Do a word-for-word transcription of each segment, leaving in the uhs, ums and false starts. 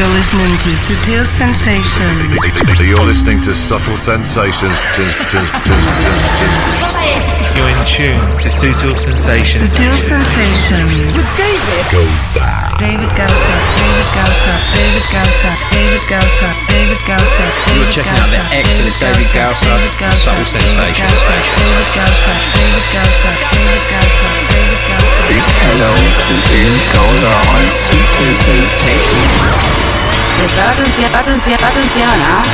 You're listening to Subtle Sensations. You're listening to Subtle Sensations. You're in tune to Subtle Sensations. Subtle Sensations with David Gausa. David Gausa. David Gausa. David Gausa. David Gausa. David Gausa. You're checking out the excellent David Gausa and Subtle Sensations station. David Gausa. David Gausa. David Gausa. David Gausa. Big hello to David Gausa on Subtle Sensations. Prestar atención, atención, atención, ¿ah?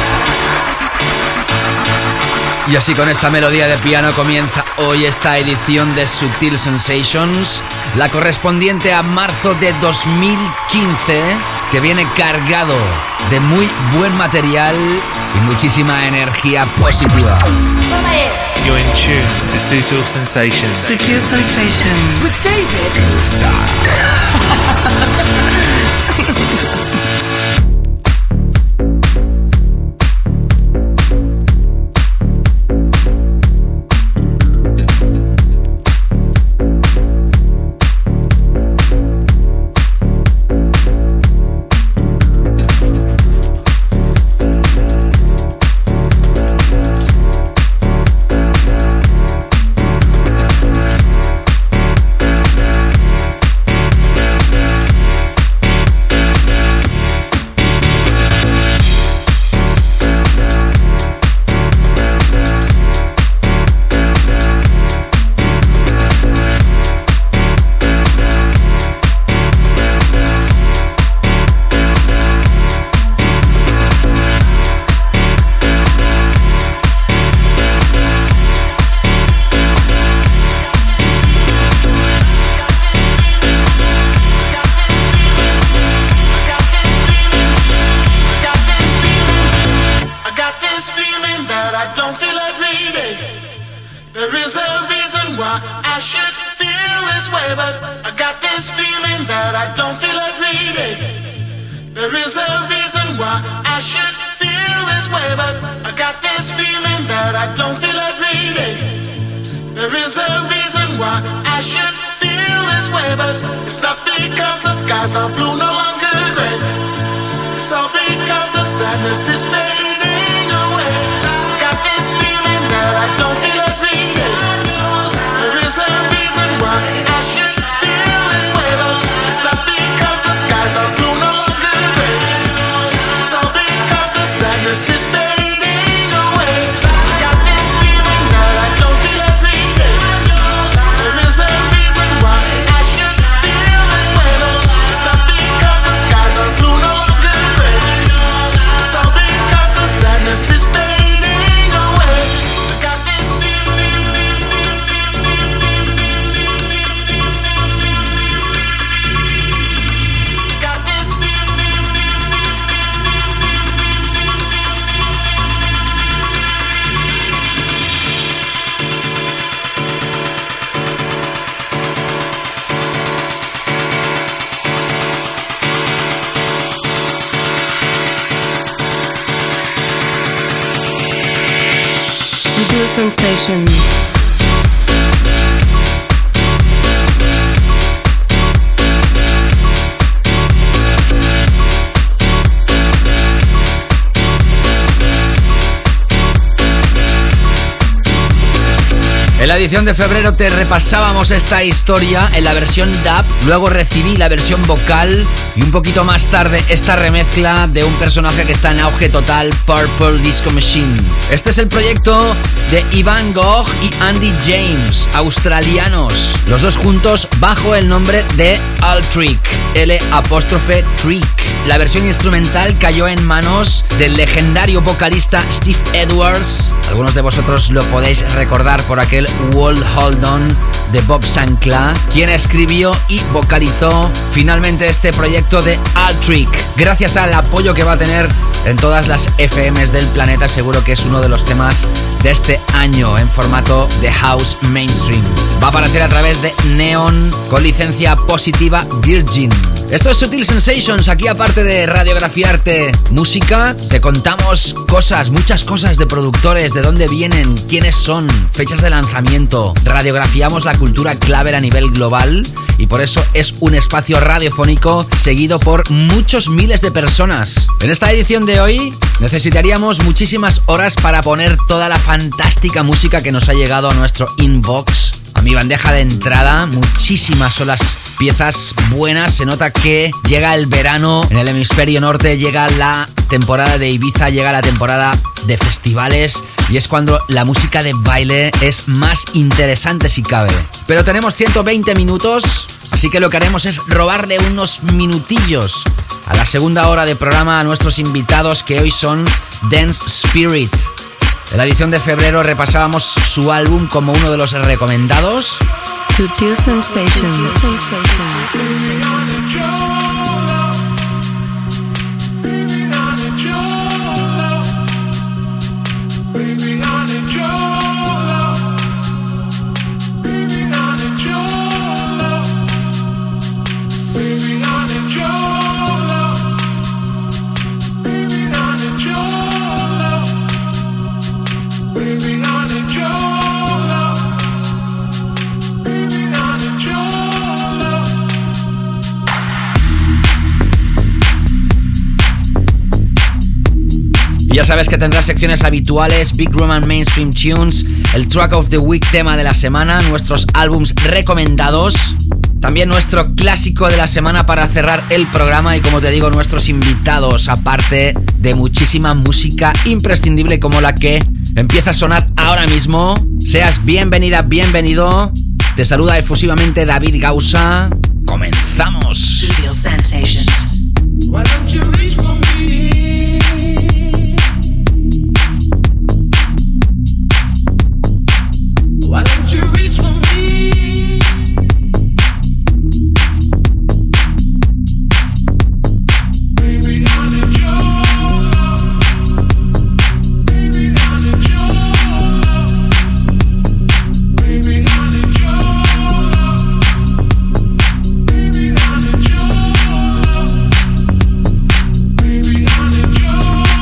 Y así con esta melodía de piano comienza hoy esta edición de Subtle Sensations, la correspondiente a marzo de dos mil quince, que viene cargado de muy buen material y muchísima energía positiva. You're in tune to Subtle Sensations. Subtle Sensations with David Gausa. Sensations. En la edición de febrero te repasábamos esta historia en la versión dub, luego recibí la versión vocal y un poquito más tarde esta remezcla de un personaje que está en auge total, Purple Disco Machine. Este es el proyecto de Ivan Gogh y Andy James, australianos, los dos juntos bajo el nombre de Altrick, L apóstrofe Trick. La versión instrumental cayó en manos del legendario vocalista Steve Edwards. Algunos de vosotros lo podéis recordar por aquel Wall Hold On de Bob Sinclair, quien escribió y vocalizó finalmente este proyecto de Altrick. Gracias al apoyo que va a tener en todas las F Ms del planeta, seguro que es uno de los temas de este año en formato de house mainstream. Va a aparecer a través de Neon con licencia positiva Virgin. Esto es Sutil Sensations. Aquí, aparte de radiografiarte música, te contamos cosas, muchas cosas de productores, de dónde vienen, quiénes son, fechas de lanzamiento. Radiografiamos la cultura clave a nivel global y por eso es un espacio radiofónico seguido por muchos miles de personas. En esta edición de hoy necesitaríamos muchísimas horas para poner toda la fantástica música que nos ha llegado a nuestro inbox, a mi bandeja de entrada. Muchísimas son las piezas buenas. Se nota que llega el verano en el hemisferio norte, llega la temporada de Ibiza, llega la temporada de festivales y es cuando la música de baile es más interesante si cabe. Pero tenemos ciento veinte minutos, así que lo que haremos es robarle unos minutillos a la segunda hora de programa a nuestros invitados, que hoy son Dance Spirit. En la edición de febrero repasábamos su álbum como uno de los recomendados. Sutil Sensations. Ya sabes que tendrás secciones habituales, Big Room and Mainstream Tunes, el Track of the Week, tema de la semana, nuestros álbums recomendados, también nuestro clásico de la semana para cerrar el programa y, como te digo, nuestros invitados, aparte de muchísima música imprescindible como la que empieza a sonar ahora mismo. Seas bienvenida, bienvenido. Te saluda efusivamente David Gausa. ¡Comenzamos! Sutil Sensations. Why don't you reach for me? Why don't you reach for me? Baby, I need your love. Baby, I need your love. Baby, I need your love. Baby, I need your love. Baby, I need your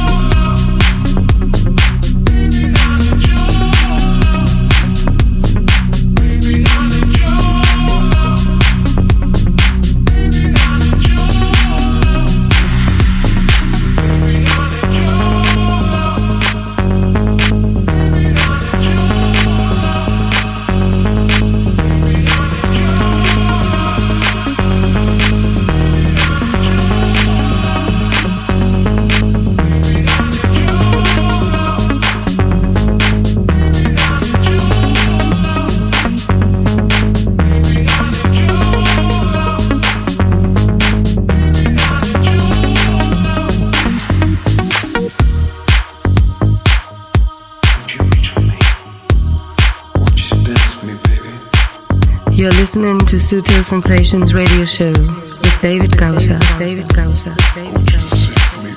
You're listening to Sutil Sensations Radio Show with David Gausa. David Gausa. David Gausa.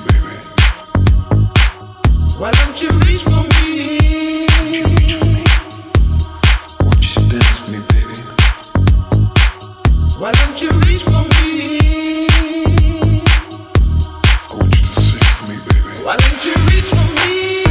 Why don't you reach for me? Reach for me. Won't you dance for me, baby? Why don't you reach for me? I want you to sing for me, baby. Why don't you reach for me?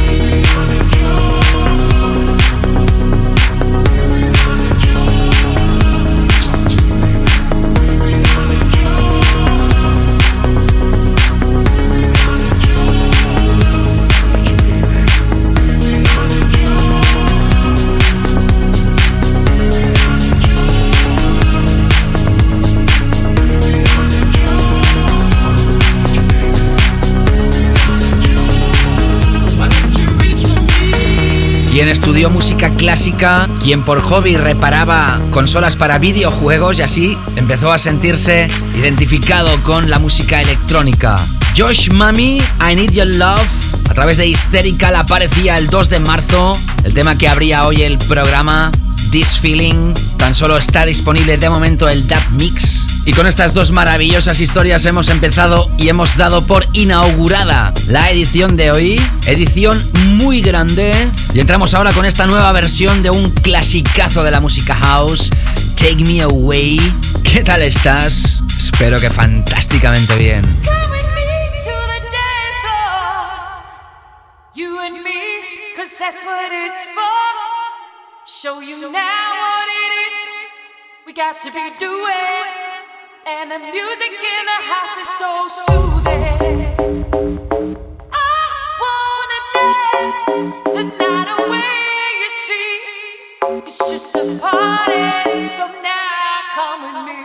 Quien estudió música clásica, quien por hobby reparaba consolas para videojuegos y así empezó a sentirse identificado con la música electrónica. Josh Mami, I Need Your Love, a través de Hysterical aparecía el dos de marzo. El tema que abría hoy el programa, This Feeling, tan solo está disponible de momento el Dub Mix. Y con estas dos maravillosas historias hemos empezado y hemos dado por inaugurada la edición de hoy. Edición muy grande. Y entramos ahora con esta nueva versión de un clasicazo de la música house, Take Me Away, ¿Qué tal estás? Espero que fantásticamente bien. Come with me to the dance floor. You and me, 'cause that's what it's for. Show you now what it is we got to be doing. And the music in the house is so soothing. I wanna dance the night away, you see. It's just a party, so now come with me.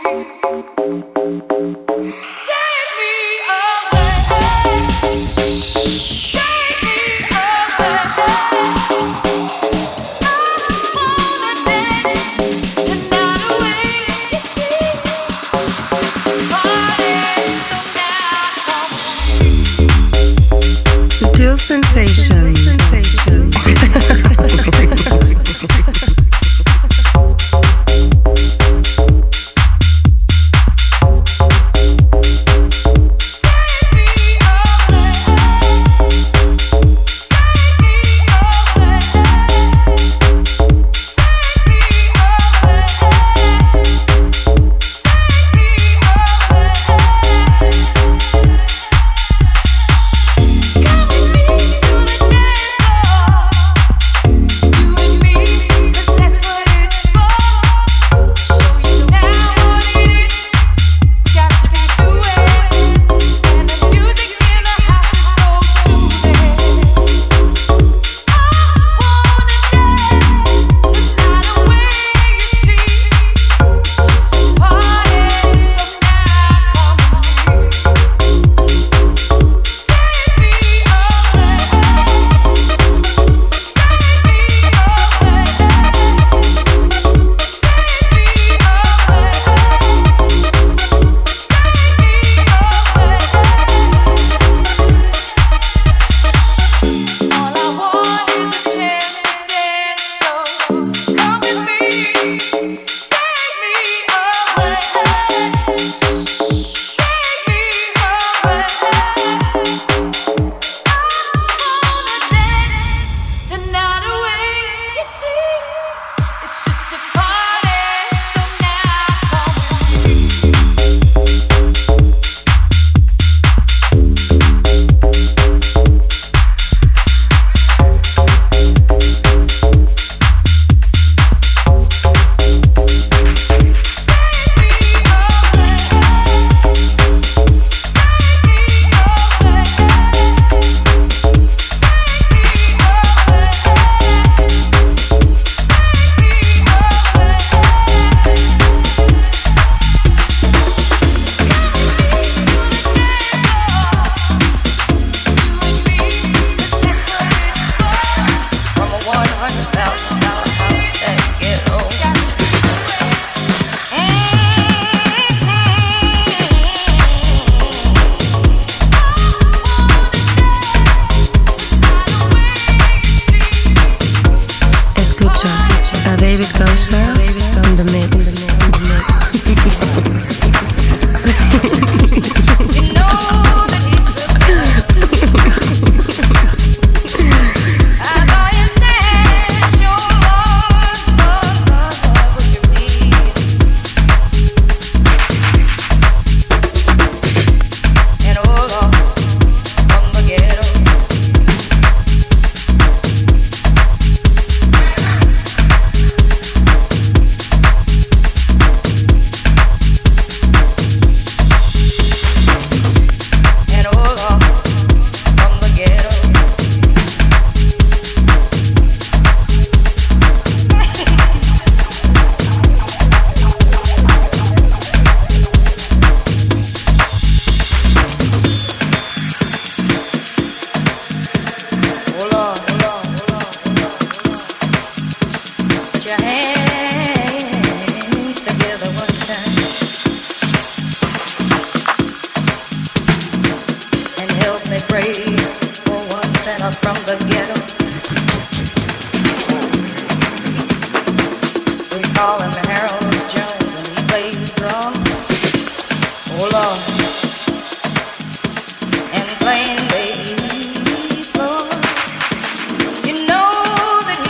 Take me away. Take me away. I wanna dance the night away, you see. It's just a party, so now come with me. Sutil sensations.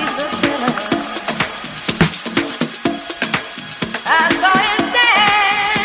I saw you stand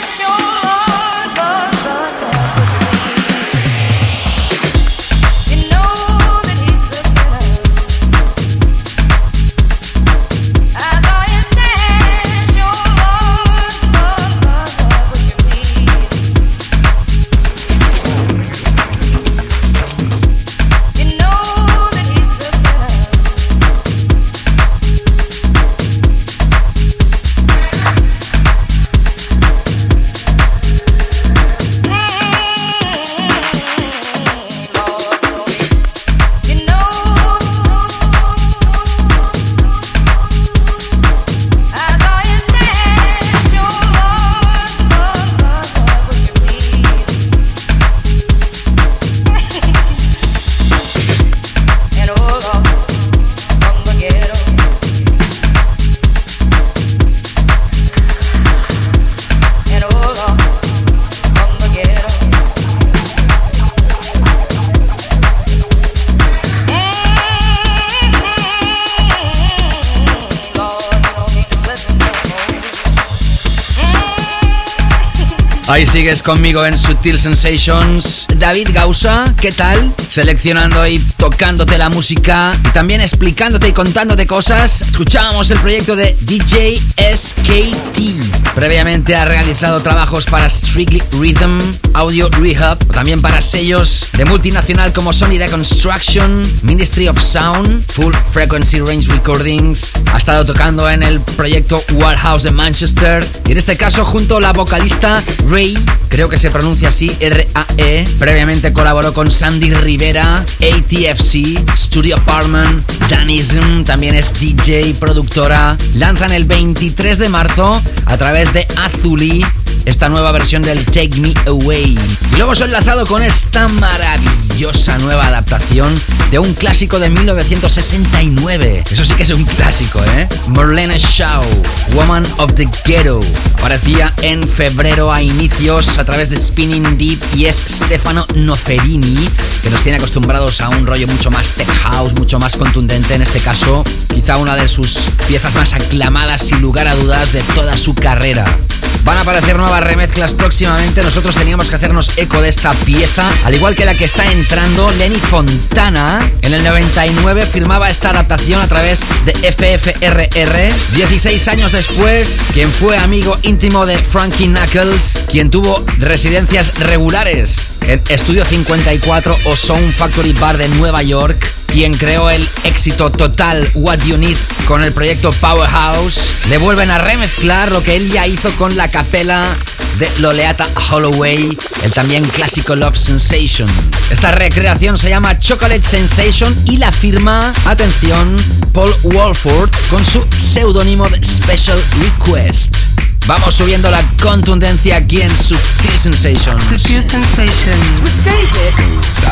Ahí sigues conmigo en Sutil Sensations. David Gausa, ¿qué tal? Seleccionando y tocándote la música y también explicándote y contándote cosas. Escuchábamos el proyecto de D J S K T. Previamente ha realizado trabajos para Strictly Rhythm, Audio Rehab, también para sellos de multinacional como Sony Deconstruction, Ministry of Sound, Full Frequency Range Recordings. Ha estado tocando en el proyecto Warehouse de Manchester y en este caso junto a la vocalista Ray, creo que se pronuncia así, R A E. Previamente colaboró con Sandy Rivera, A T F C, Studio Apartment, Danism, también es D J, productora. Lanzan el veintitrés de marzo a través de Azuli esta nueva versión del Take Me Away. Y lo hemos enlazado con esta maravillosa nueva adaptación de un clásico de mil novecientos sesenta y nueve. Eso sí que es un clásico, ¿eh? Marlena Shaw, Woman of the Ghetto. Aparecía en febrero a inicios a través de Spinning Deep y es Stefano Noferini, que nos tiene acostumbrados a un rollo mucho más tech house, mucho más contundente. En este caso, quizá una de sus piezas más aclamadas, sin lugar a dudas, de toda su carrera. Van a aparecer nuevas remezclas próximamente. Nosotros teníamos que hacernos eco de esta pieza, al igual que la que está entrando. Lenny Fontana en el noventa y nueve firmaba esta adaptación a través de F F R R. dieciséis años después, quien fue amigo íntimo de Frankie Knuckles, quien tuvo residencias regulares en Estudio cincuenta y cuatro o Sound Factory Bar de Nueva York, quien creó el éxito total What You Need con el proyecto Powerhouse, le vuelven a remezclar lo que él ya hizo con la capela de Loleatta Holloway, el también clásico Love Sensation. Esta recreación se llama Chocolate Sensation y la firma, atención, Paul Walford con su seudónimo de Special Request. Vamos subiendo la contundencia aquí en Sutil Sensations. Sutil Sensations with David.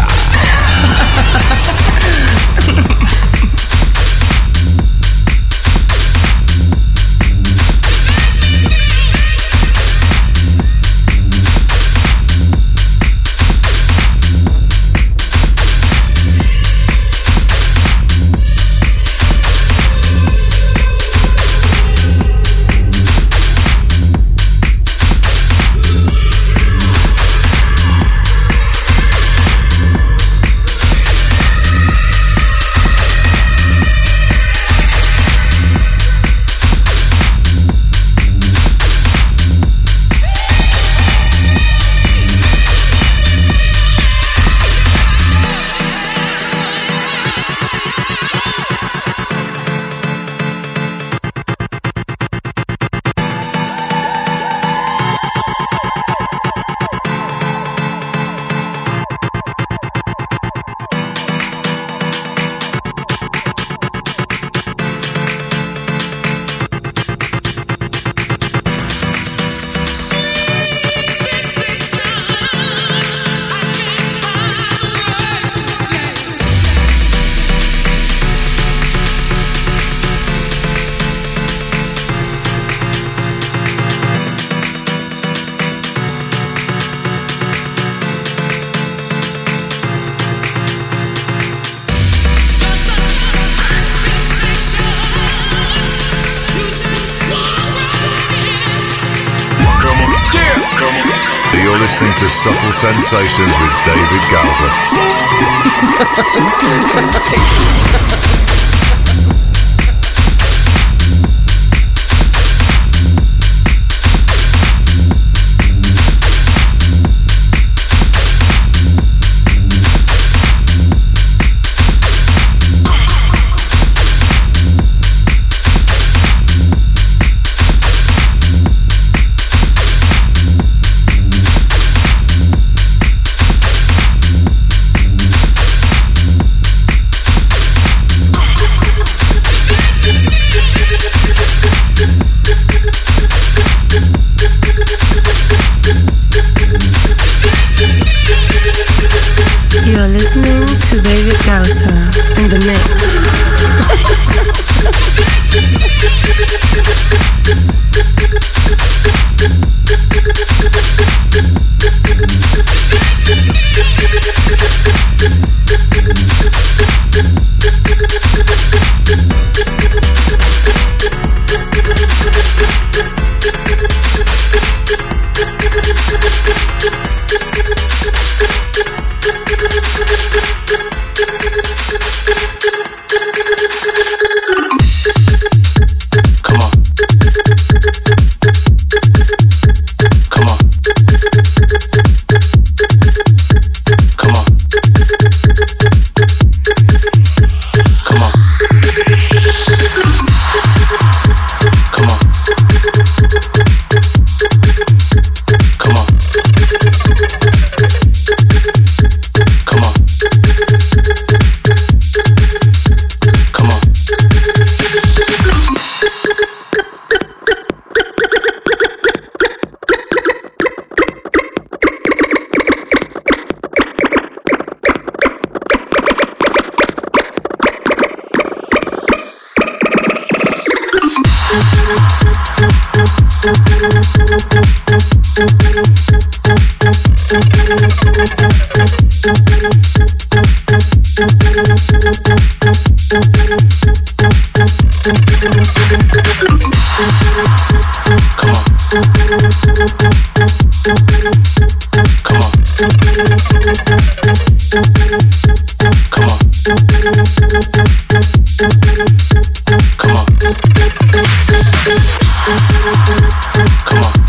Listening to Subtle Sensations with David Gausa. Subtle Sensations. You're listening to David Gausa in the mix. Come on. Come on. Come on.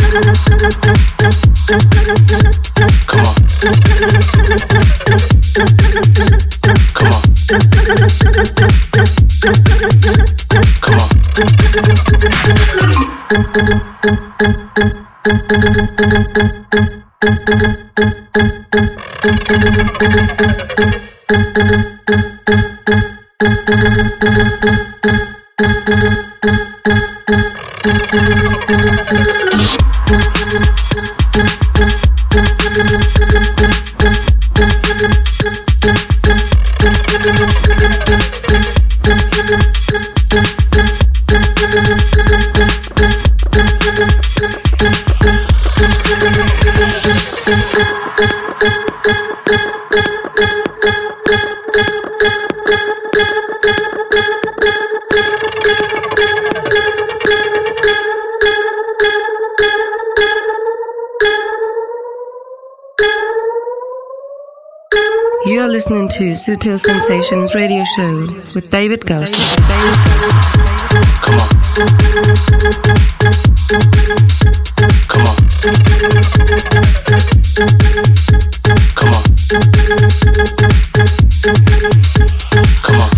Come on. Come on. Come on. You're listening to Sutil Sensations radio show with David Gausa. Come on. Come on. Come on. Come on.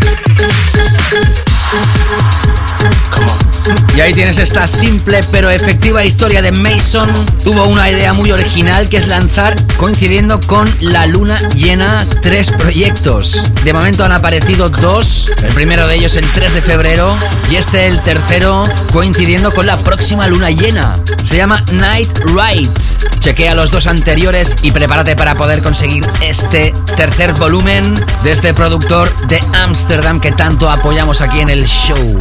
Come on. Y ahí tienes esta simple pero efectiva historia de Mason. Tuvo una idea muy original, que es lanzar, coincidiendo con la luna llena, tres proyectos. De momento han aparecido dos. El primero de ellos el tres de febrero y este el tercero, coincidiendo con la próxima luna llena. Se llama Night Ride. Chequea los dos anteriores y prepárate para poder conseguir este tercer volumen de este productor de Ámsterdam que tanto apoyamos aquí en el show.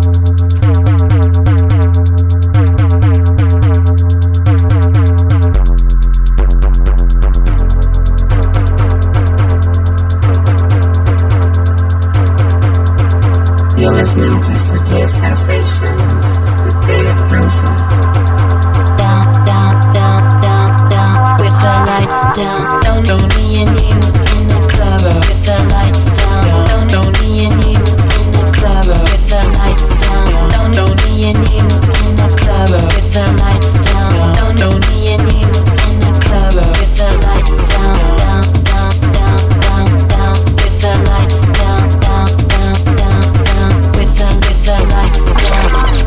You're listening to Sutil Sensations with David Gausa. Down, down, down, down, down, with the lights down. Don't need me and you in the club with the lights down. Don't need me and you in the club with the lights down. Don't need me and you in the club with the lights down. Don't need me and you in the club with the lights down. Down, down, down, down, down, with the lights down. Down, down, down, down, with the with the lights down.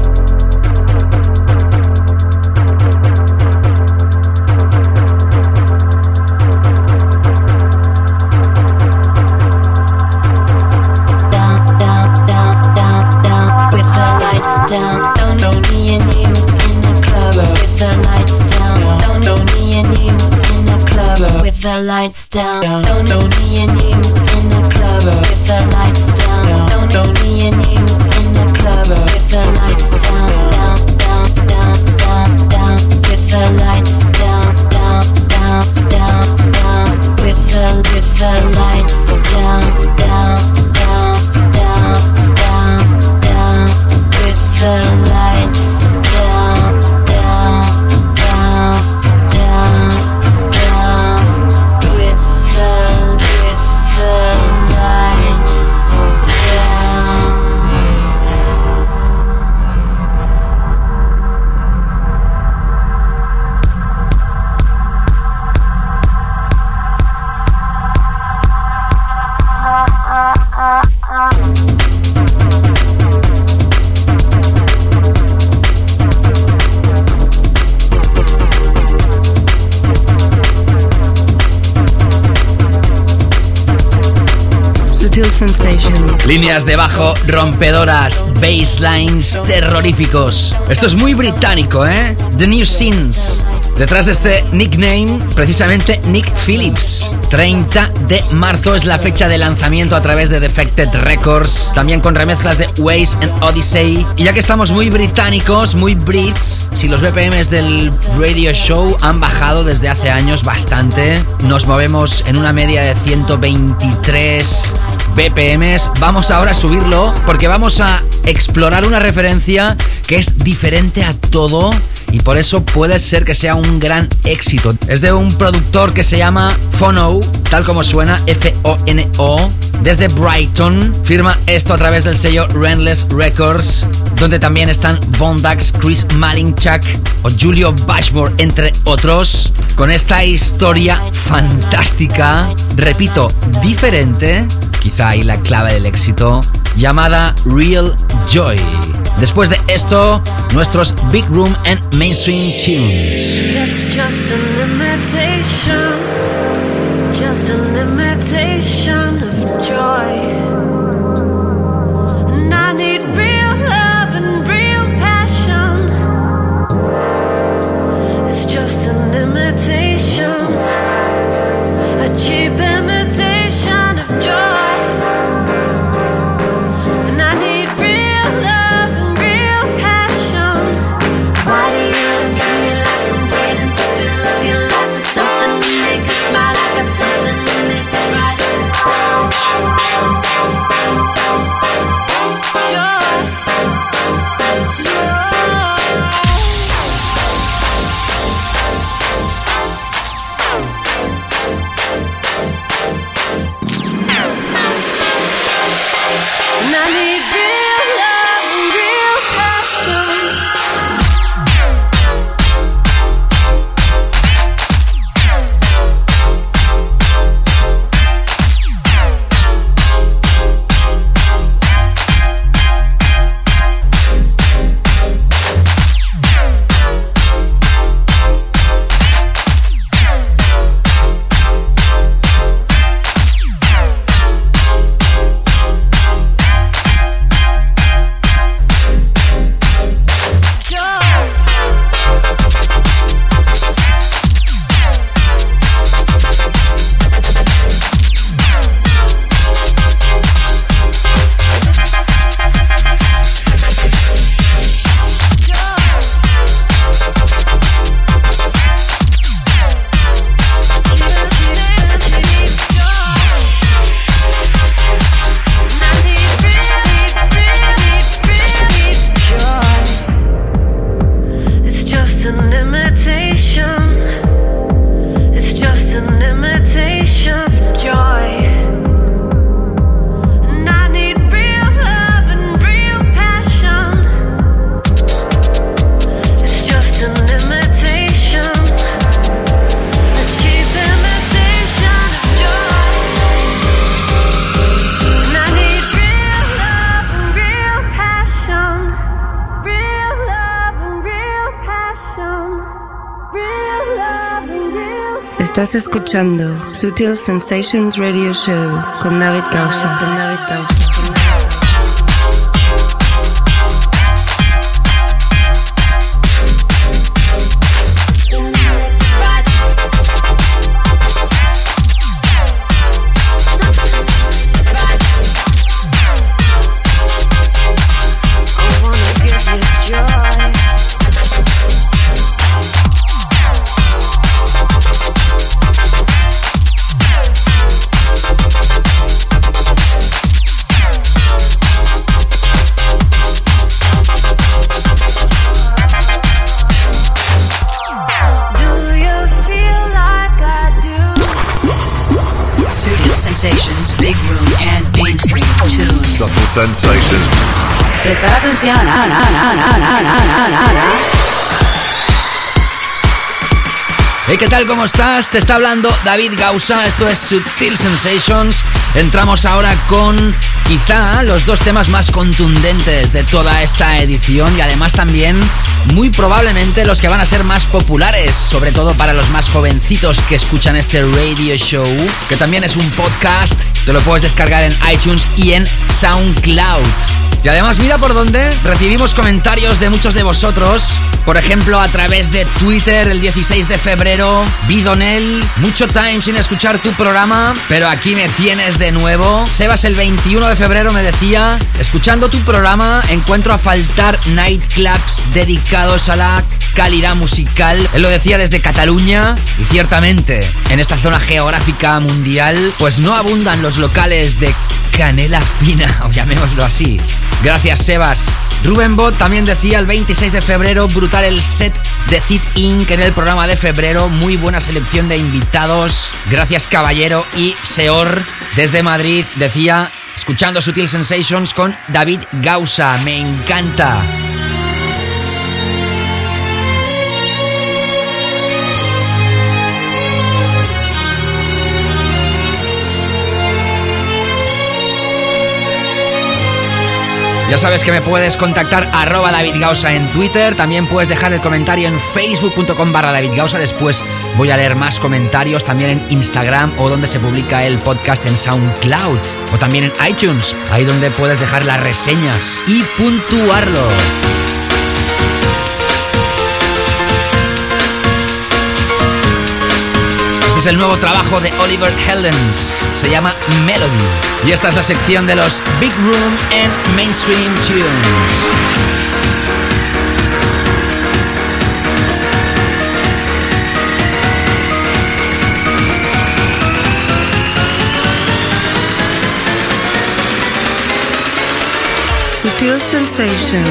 Down, don't need me and you in the club with the lights down. Don't need me and you in the club with the lights down. Don't need me and you in the club with the lights down. Don't need me and you in the club with the lights down. Down, down, down, down, down, with the lights down. Down, down, down, down, with the with the lights down. Down, down, down, down, down. The lights down, down, down, down, down, with the, with the lights down. Sutil Sensations. Líneas de bajo rompedoras, basslines terroríficos. Esto es muy británico, ¿eh? The New Sins. Detrás de este nickname, precisamente Nick Phillips. treinta de marzo es la fecha de lanzamiento a través de Defected Records, también con remezclas de Waze and Odyssey. Y ya que estamos muy británicos, muy brits, si los B P Ms del radio show han bajado desde hace años bastante, nos movemos en una media de ciento veintitrés B P Ms, vamos ahora a subirlo porque vamos a explorar una referencia que es diferente a todo y por eso puede ser que sea un gran éxito. Es de un productor que se llama Fono, tal como suena, F O N O, desde Brighton. Firma esto a través del sello Rentless Records, donde también están Von Dax, Chris Malinchak o Julio Bashmore, entre otros, con esta historia fantástica, repito, diferente, quizá ahí la clave del éxito, llamada Real Joy. Después de esto, nuestros Big Room and Mainstream Tunes. That's just an imitation, just an imitation of joy. And I need real love and real passion. It's just an imitation, a cheap imitation of joy. Estás escuchando Sutil Sensations Radio Show con David Gausa. Con David Gausa. Big Room and Mainstream Tunes. Subtle Sensations. Prestar atención. Ah, na, na, na, na, na, na, na. Hey, ¿qué tal? ¿Cómo estás? Te está hablando David Gausa. Esto es Sutil Sensations. Entramos ahora con quizá los dos temas más contundentes de toda esta edición y además también muy probablemente los que van a ser más populares, sobre todo para los más jovencitos que escuchan este radio show, que también es un podcast. Te lo puedes descargar en iTunes y en SoundCloud. Y además mira por dónde recibimos comentarios de muchos de vosotros. Por ejemplo, a través de Twitter el dieciséis de febrero, Bidonel, mucho time sin escuchar tu programa, pero aquí me tienes de nuevo. Sebas el veintiuno de febrero me decía, escuchando tu programa encuentro a faltar nightclubs dedicados a la calidad musical. Él lo decía desde Cataluña y ciertamente en esta zona geográfica mundial pues no abundan los locales de canela fina, o llamémoslo así. Gracias, Sebas. Rubén Bot también decía el veintiséis de febrero, brutal el set de Cid incorporated en el programa de febrero, muy buena selección de invitados. Gracias, Caballero. Y Seor desde Madrid decía, escuchando Sutil Sensations con David Gausa, me encanta. Ya sabes que me puedes contactar arroba David Gausa en Twitter. También puedes dejar el comentario en facebook.com barra David Gausa. Después voy a leer más comentarios también en Instagram o donde se publica el podcast en SoundCloud. O también en iTunes, ahí donde puedes dejar las reseñas y puntuarlo. Es el nuevo trabajo de Oliver Heldens, se llama Melody. Y esta es la sección de los Big Room en Mainstream Tunes. Sutil Sensations.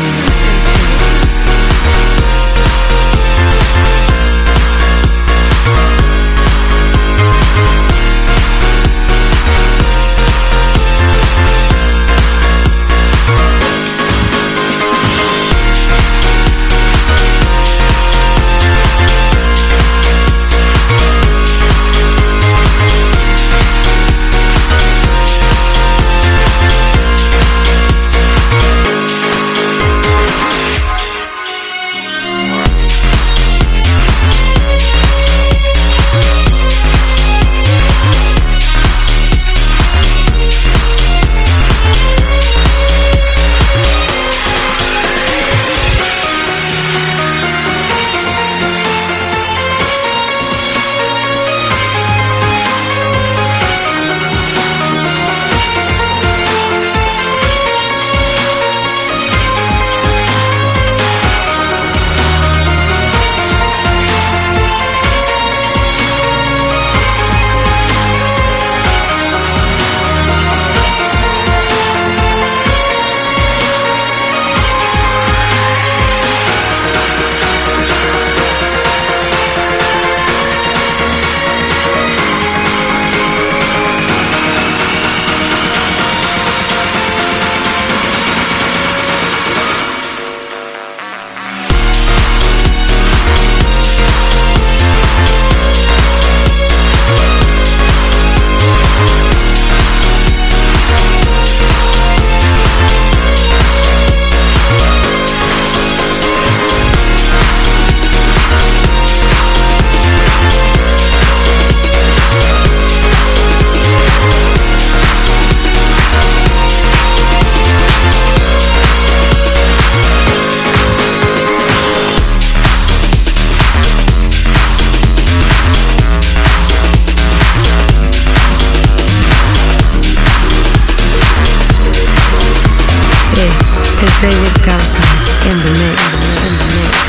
David Gausa in the mix. In the mix.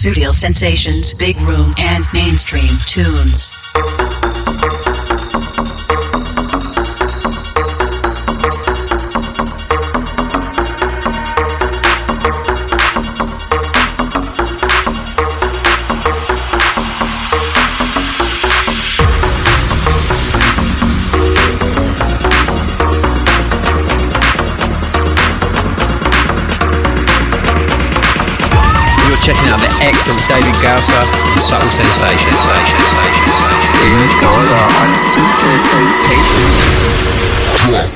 Sutil Sensations, Big Room, and Mainstream Tunes. Checking out the excellent David Gausser and Subtle Sensations. David Gausser on Subtle Sensations.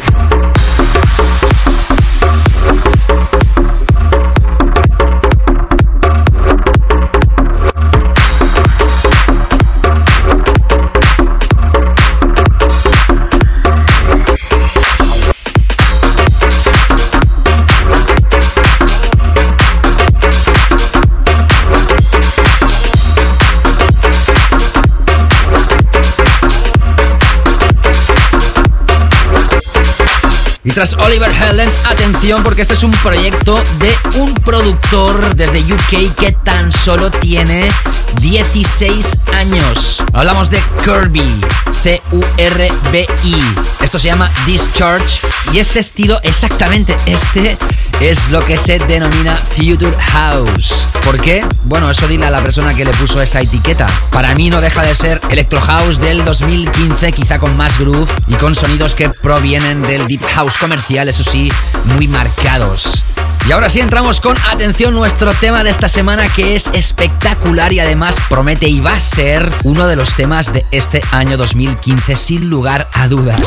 Y tras Oliver Heldens, atención porque este es un proyecto de un productor desde U K que tan solo tiene dieciséis años. Hablamos de Curbi, C U R B I. Esto se llama Discharge y este estilo, exactamente este, es lo que se denomina Future House. ¿Por qué? Bueno, eso dile a la persona que le puso esa etiqueta. Para mí no deja de ser Electro House del dos mil quince, quizá con más groove y con sonidos que provienen del Deep House comercial, eso sí, muy marcados. Y ahora sí entramos con, atención, nuestro tema de esta semana, que es espectacular y además promete y va a ser uno de los temas de este año dos mil quince sin lugar a dudas.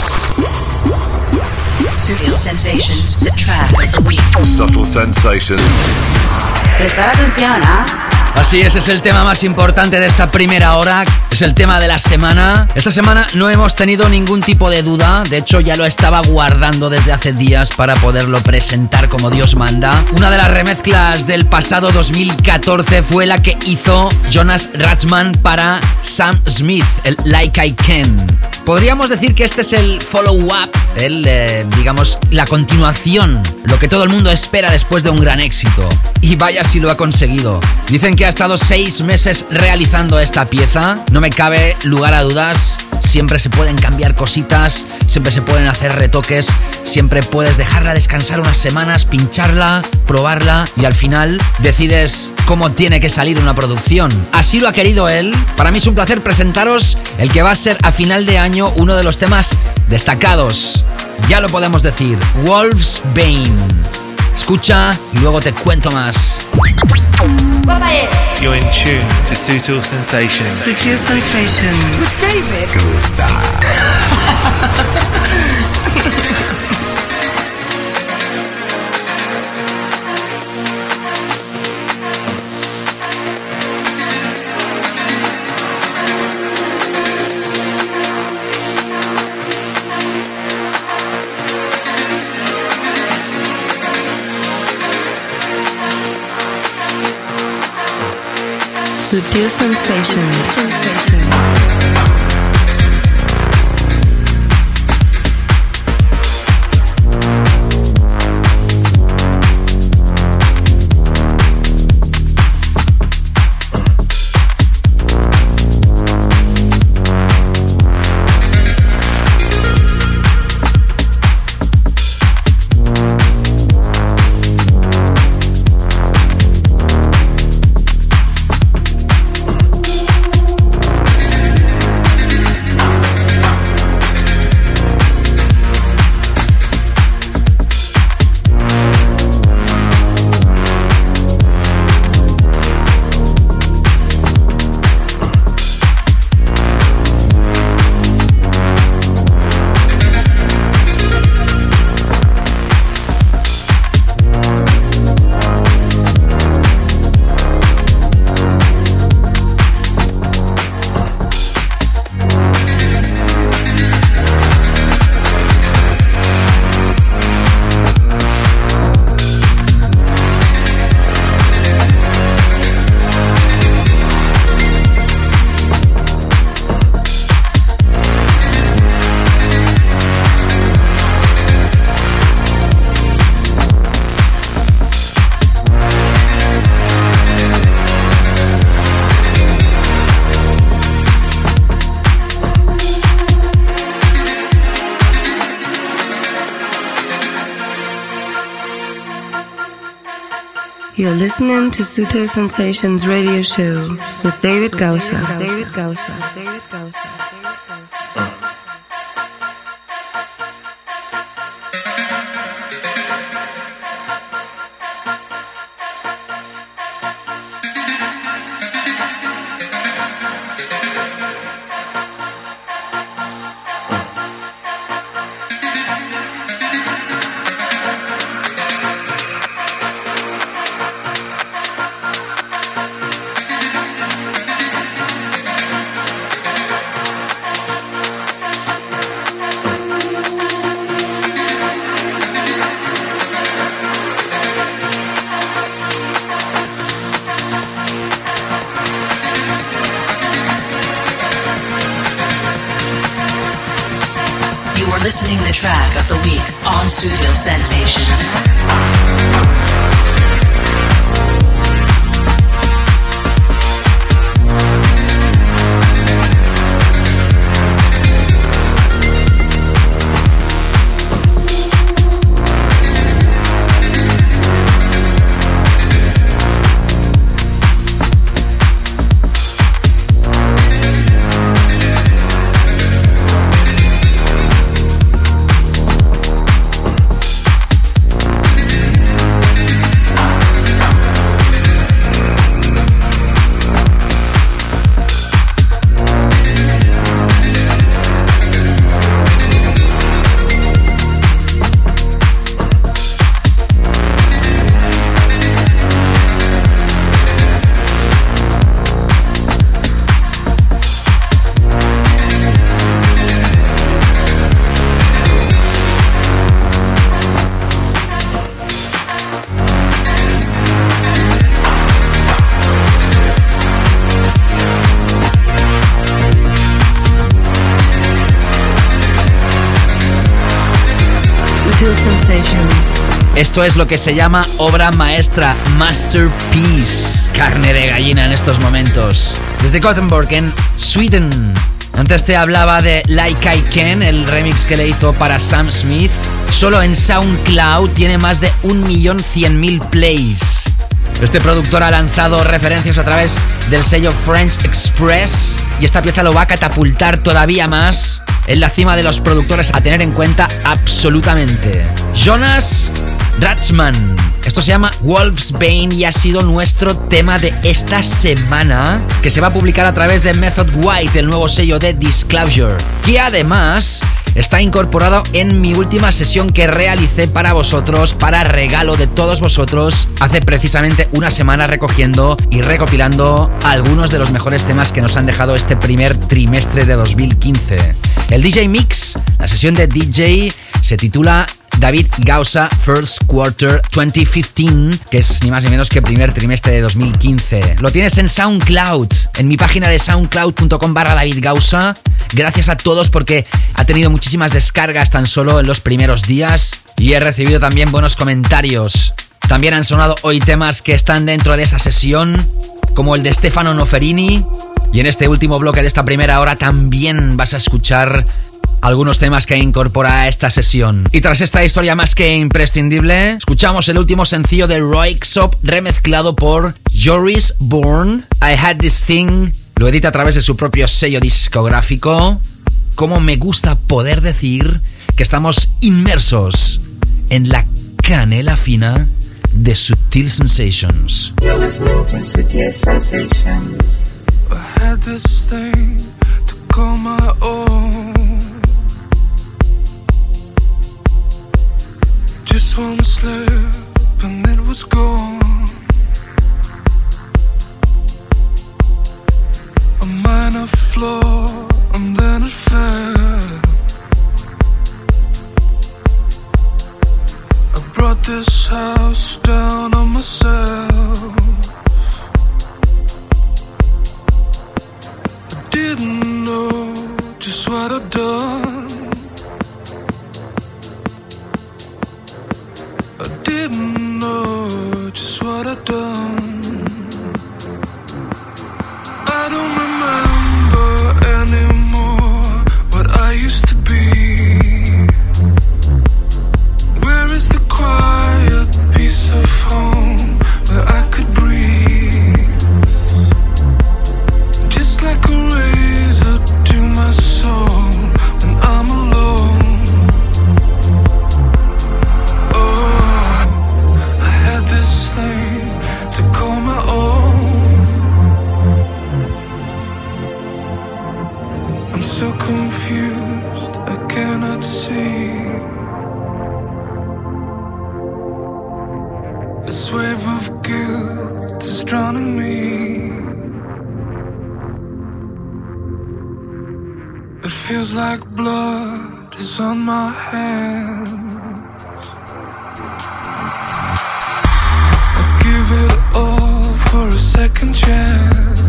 Sutil Sensations, the track of the week. Subtle Sensations. Prestar atención, ¿ah? Así es, es el tema más importante de esta primera hora, es el tema de la semana. Esta semana no hemos tenido ningún tipo de duda, de hecho ya lo estaba guardando desde hace días para poderlo presentar como Dios manda. Una de las remezclas del pasado dos mil catorce fue la que hizo Jonas Ratzman para Sam Smith, el Like I Can. Podríamos decir que este es el follow-up, el, eh, digamos, la continuación, lo que todo el mundo espera después de un gran éxito. Y vaya si lo ha conseguido. Dicen que ha estado seis meses realizando esta pieza. No me cabe lugar a dudas. Siempre se pueden cambiar cositas, siempre se pueden hacer retoques, siempre puedes dejarla descansar unas semanas, pincharla, probarla y al final decides cómo tiene que salir una producción. Así lo ha querido él. Para mí es un placer presentaros el que va a ser a final de año uno de los temas destacados. Ya lo podemos decir, Wolf's Bane. Escucha y luego te cuento más. You're in tune to Sutil Sensations. Sutil Sensations with David Gausser. Sutil Sensations. Sensations. You're listening to Sutil Sensations Radio Show with David Gausa. David Gausa. David Gausa. Listening the track of the week on Sutil Sensations. Esto es lo que se llama obra maestra, masterpiece, carne de gallina en estos momentos. Desde Gothenburg, en Sweden. Antes te hablaba de Like I Can, el remix que le hizo para Sam Smith. Solo en SoundCloud tiene más de un millón cien mil plays. Este productor ha lanzado referencias a través del sello French Express y esta pieza lo va a catapultar todavía más en la cima de los productores a tener en cuenta absolutamente. Jonas Ratzman. Esto se llama Wolfsbane y ha sido nuestro tema de esta semana, que se va a publicar a través de Method White, el nuevo sello de Disclosure, que además está incorporado en mi última sesión que realicé para vosotros, para regalo de todos vosotros, hace precisamente una semana, recogiendo y recopilando algunos de los mejores temas que nos han dejado este primer trimestre de dos mil quince. El D J Mix, la sesión de D J, se titula David Gausa First Quarter veinte quince, que es ni más ni menos que primer trimestre de dos mil quince. Lo tienes en SoundCloud, en mi página de soundcloud punto com barra David Gausa. Gracias a todos porque ha tenido muchísimas descargas tan solo en los primeros días y he recibido también buenos comentarios. También han sonado hoy temas que están dentro de esa sesión, como el de Stefano Noferini, y en este último bloque de esta primera hora también vas a escuchar algunos temas que incorpora a esta sesión. Y tras esta historia más que imprescindible, escuchamos el último sencillo de Röyksopp remezclado por Joris Bourne, I Had This Thing. Lo edita a través de su propio sello discográfico. Como me gusta poder decir que estamos inmersos en la canela fina de Sutil Sensations. You're listening to Sutil Sensations. I had this thing to call my own. Just one slip and it was gone. A minor flaw and then it fell. I brought this house down on myself. I didn't know just what I'd done. I didn't know This wave of guilt is drowning me. It feels like blood is on my hands. I give it all for a second chance.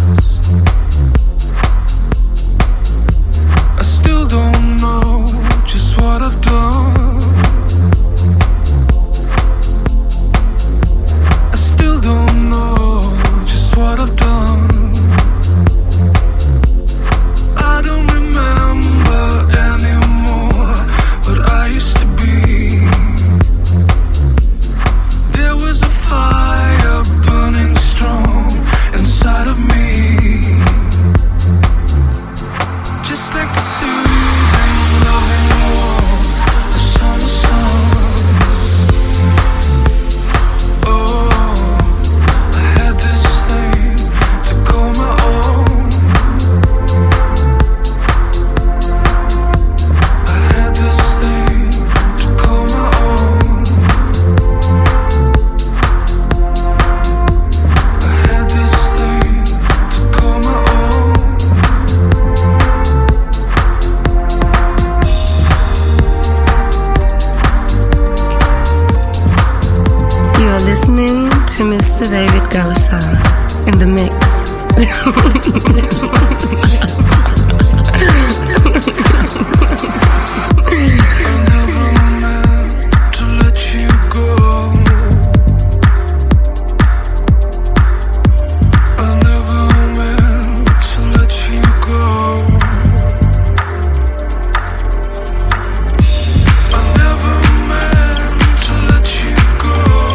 I still don't know just what I've done. I still don't know just what I've done. I don't remember anymore what I used to be. There was a fire burning strong inside of me. Just like the soothing, loving warmth of summer sun. Oh, I had this thing to call my own. I had this thing to call my own. I had this thing to call my own. You are listening to Mister David Gausa in the mix. To let you go, I never meant to let you go. I never meant to let you go.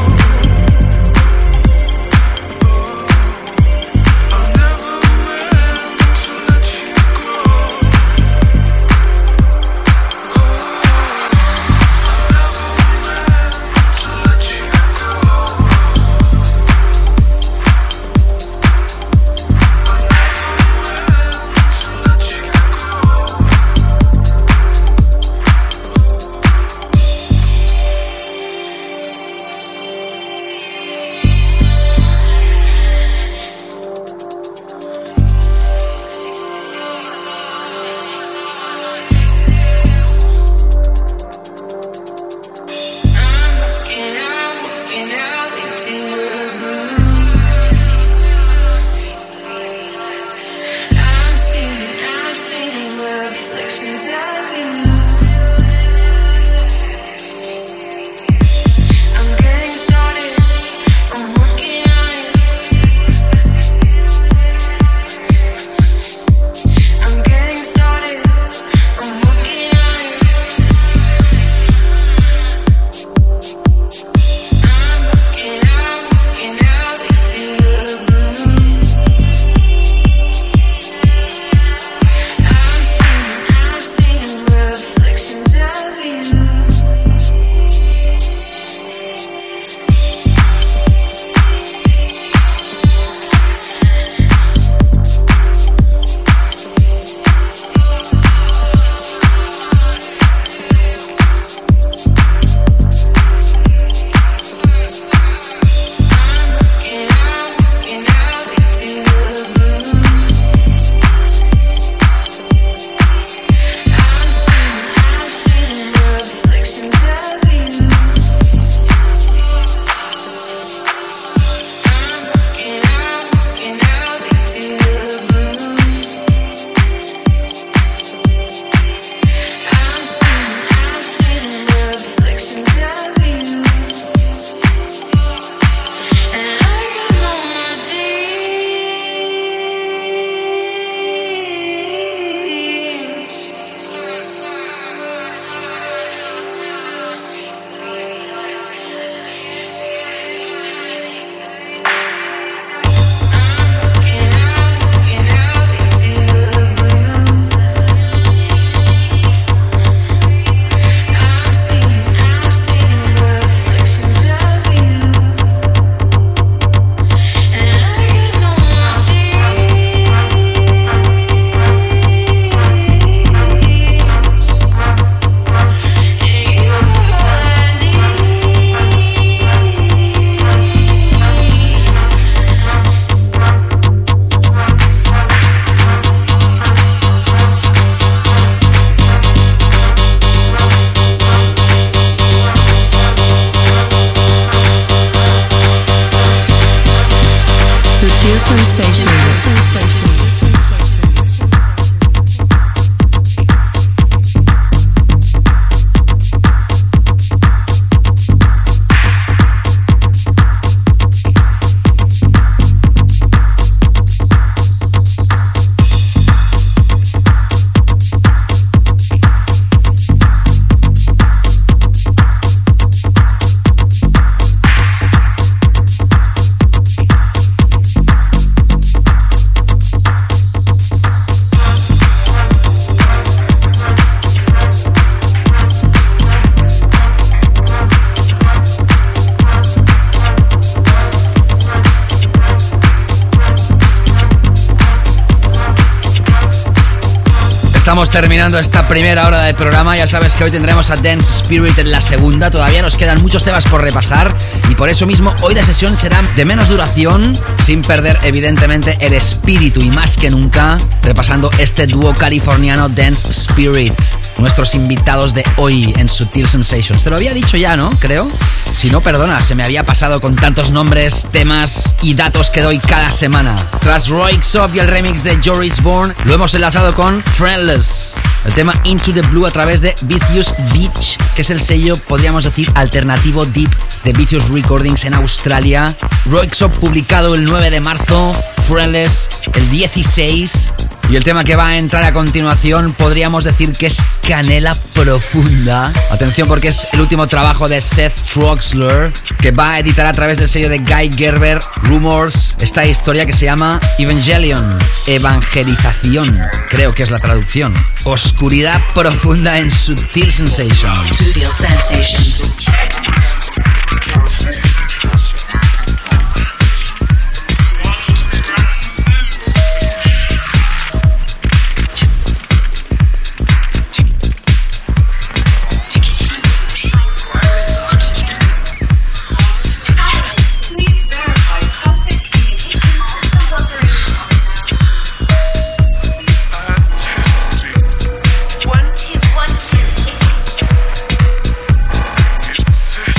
I never meant to let you go. Sensations. Sensations. Estamos terminando esta primera hora del programa. Ya sabes que hoy tendremos a Dance Spirit en la segunda. Todavía nos quedan muchos temas por repasar y por eso mismo hoy la sesión será de menos duración, sin perder evidentemente el espíritu y más que nunca repasando este dúo californiano Dance Spirit. Nuestros invitados de hoy en Sutil Sensations. Te lo había dicho ya, ¿no? Creo. Si no, perdona, se me había pasado con tantos nombres, temas y datos que doy cada semana. Tras Roixop y el remix de Joris Bourne, lo hemos enlazado con Friendless. El tema Into the Blue a través de Vicious Beach, que es el sello, podríamos decir, alternativo deep de Vicious Recordings en Australia. Roixop publicado el nueve de marzo, Friendless el dieciséis. Y el tema que va a entrar a continuación podríamos decir que es canela profunda. Atención porque es el último trabajo de Seth Troxler, que va a editar a través del sello de Guy Gerber Rumors esta historia que se llama Evangelion, Evangelización, creo que es la traducción. Oscuridad profunda en Sutil Sensations. Sutil Sensations. One, two, one, two.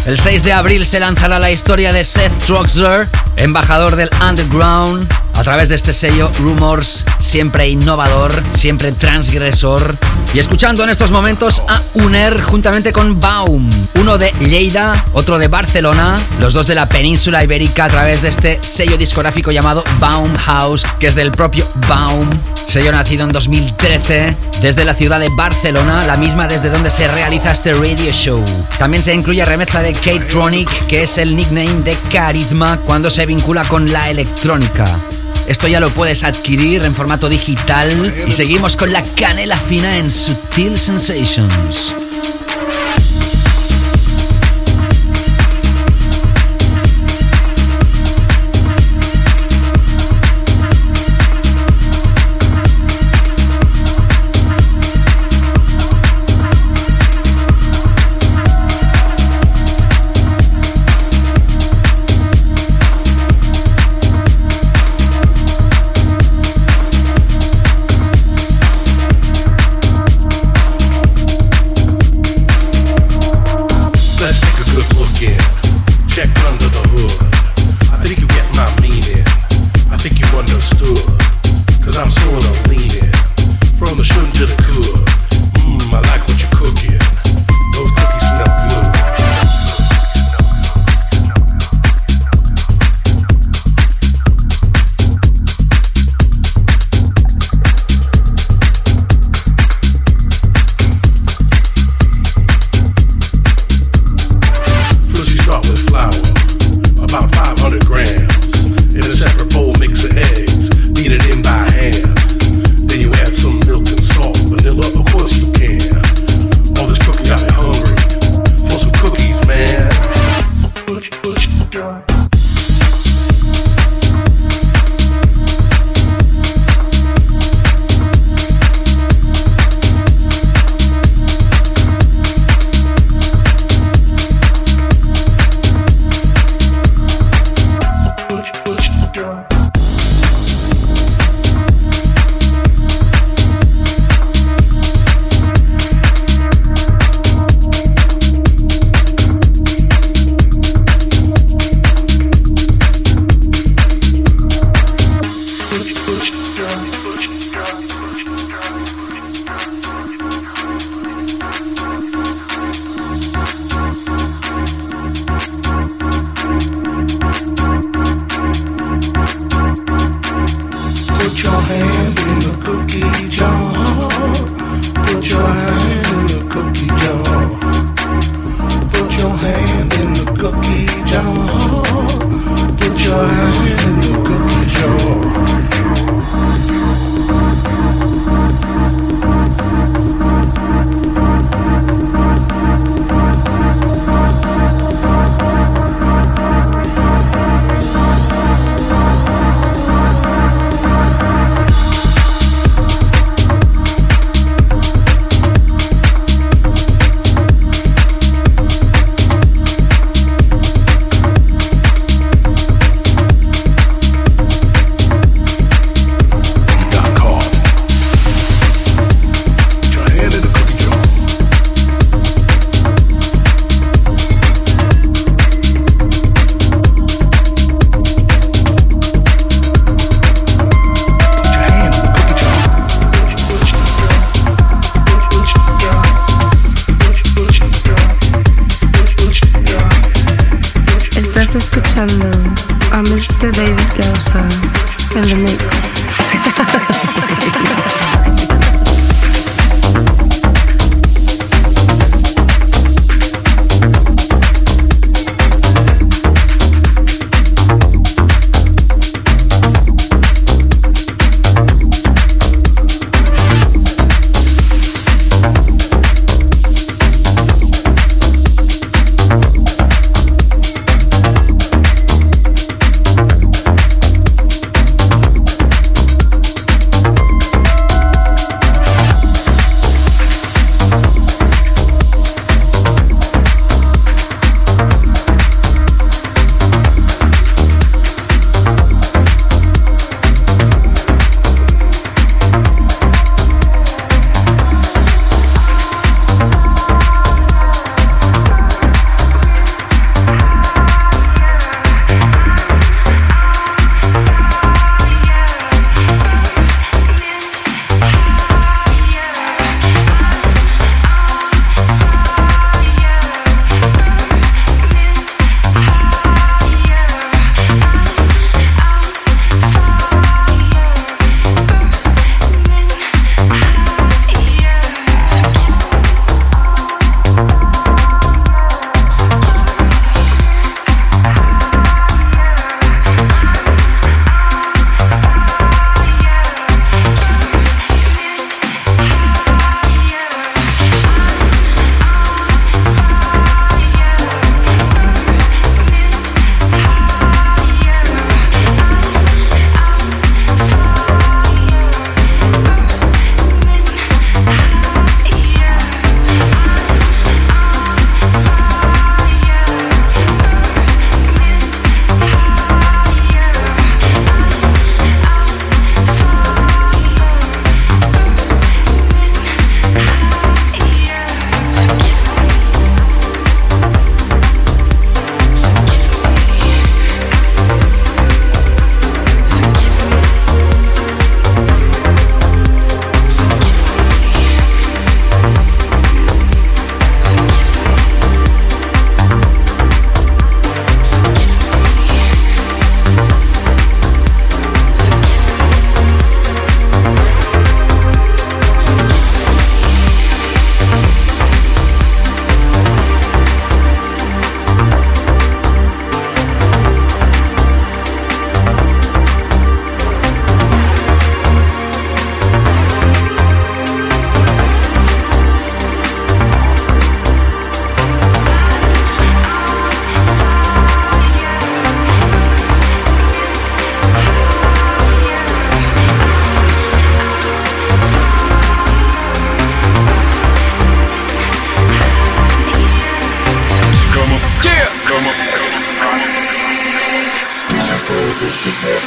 El seis de abril se lanzará la historia de Seth Troxler, embajador del underground, a través de este sello Rumors, siempre innovador, siempre transgresor. Y escuchando en estos momentos a Uner juntamente con Baum, uno de Lleida, otro de Barcelona, los dos de la península ibérica, a través de este sello discográfico llamado Baum House, que es del propio Baum, sello nacido en dos mil trece desde la ciudad de Barcelona, la misma desde donde se realiza este radio show. También se incluye remezcla de Kate Tronic, que es el nickname de Carisma cuando se vincula con la electrónica. Esto ya lo puedes adquirir en formato digital y seguimos con la canela fina en Sutil Sensations. mister David Gausa in the mix.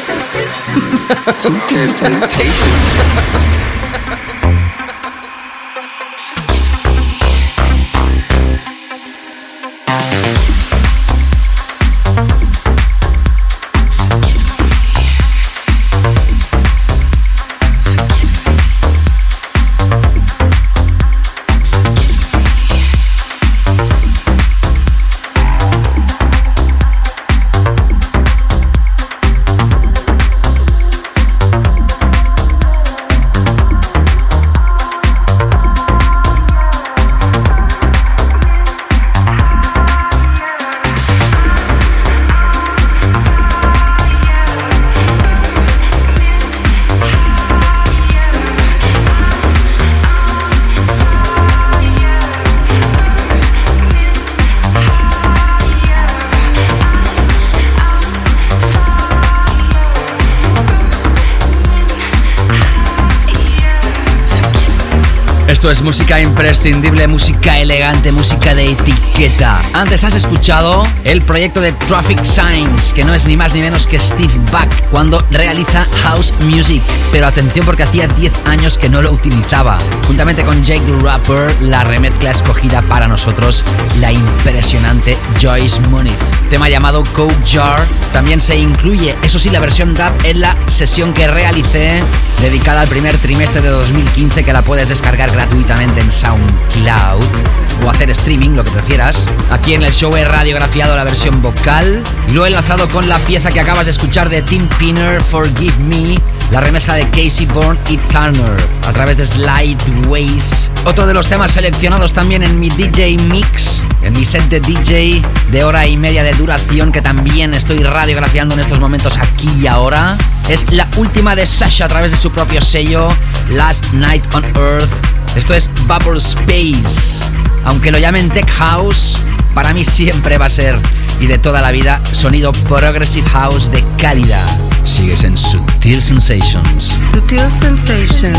sensations. Sutil sensations. Esto es música imprescindible, música elegante, música de etiqueta. Antes has escuchado el proyecto de Traffic Signs, que no es ni más ni menos que Steve Buck cuando realiza house music. Pero atención, porque hacía diez años que no lo utilizaba. Juntamente con Jake the Rapper, la remezcla escogida para nosotros, la impresionante Joyce Muniz. Tema llamado Coke Jar. También se incluye, eso sí, la versión dub en la sesión que realicé dedicada al primer trimestre de dos mil quince, que la puedes descargar gratuitamente en SoundCloud o hacer streaming, lo que prefieras. Aquí en el show he radiografiado la versión vocal y lo he enlazado con la pieza que acabas de escuchar de Tim Pinner, Forgive Me, la remezcla de Casey Bourne y Turner a través de Slideways. Otro de los temas seleccionados también en mi D J Mix, en mi set de D J de hora y media de duración, que también estoy radiografiando en estos momentos aquí y ahora, es la última de Sasha a través de su propio sello, Last Night on Earth. Esto es Vapor Space. Aunque lo llamen Tech House, para mí siempre va a ser, y de toda la vida, sonido Progressive House de calidad. Sigues en Sutil Sensations. Sutil Sensations.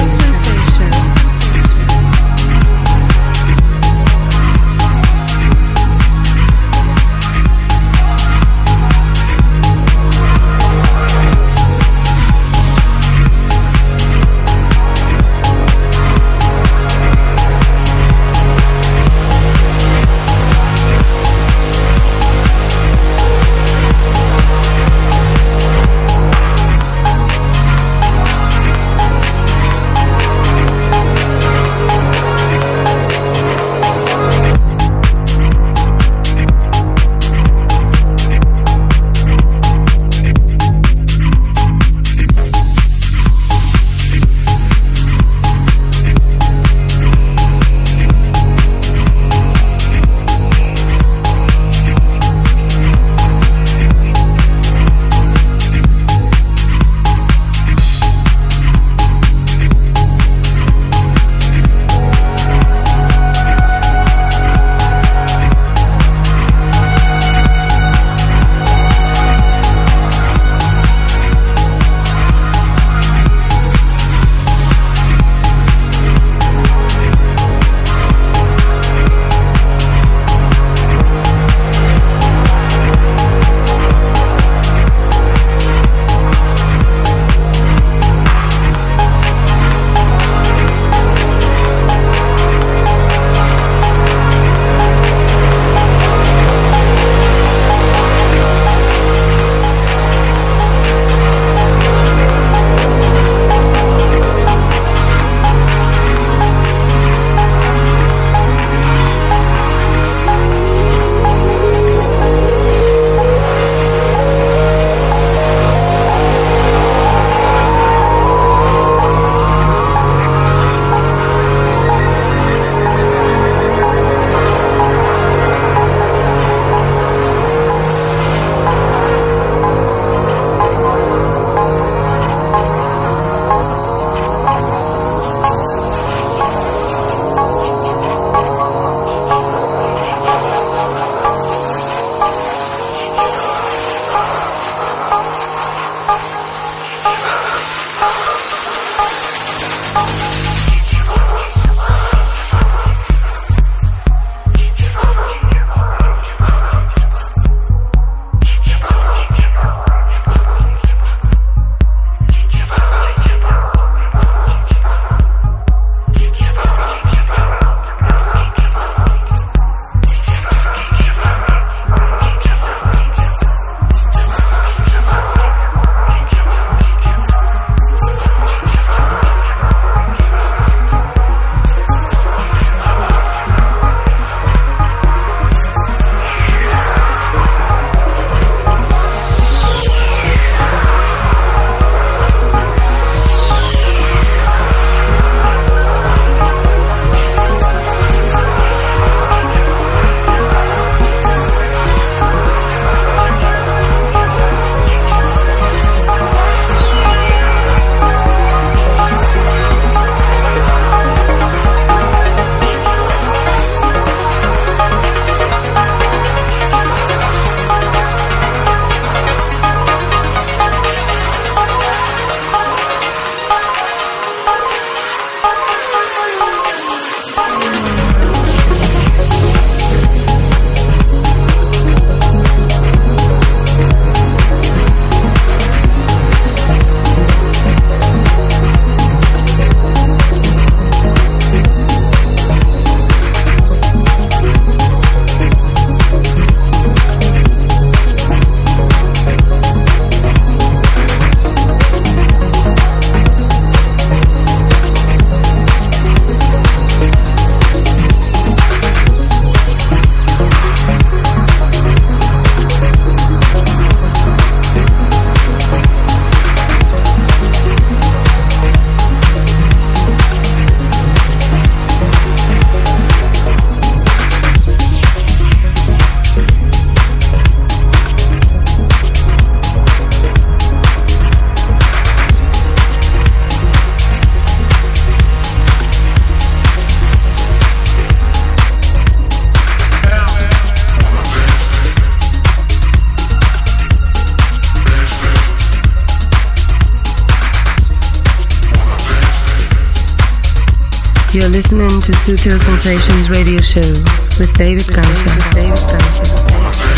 You're listening to Sutil Sensations Radio Show with David Gausser. David Gausser.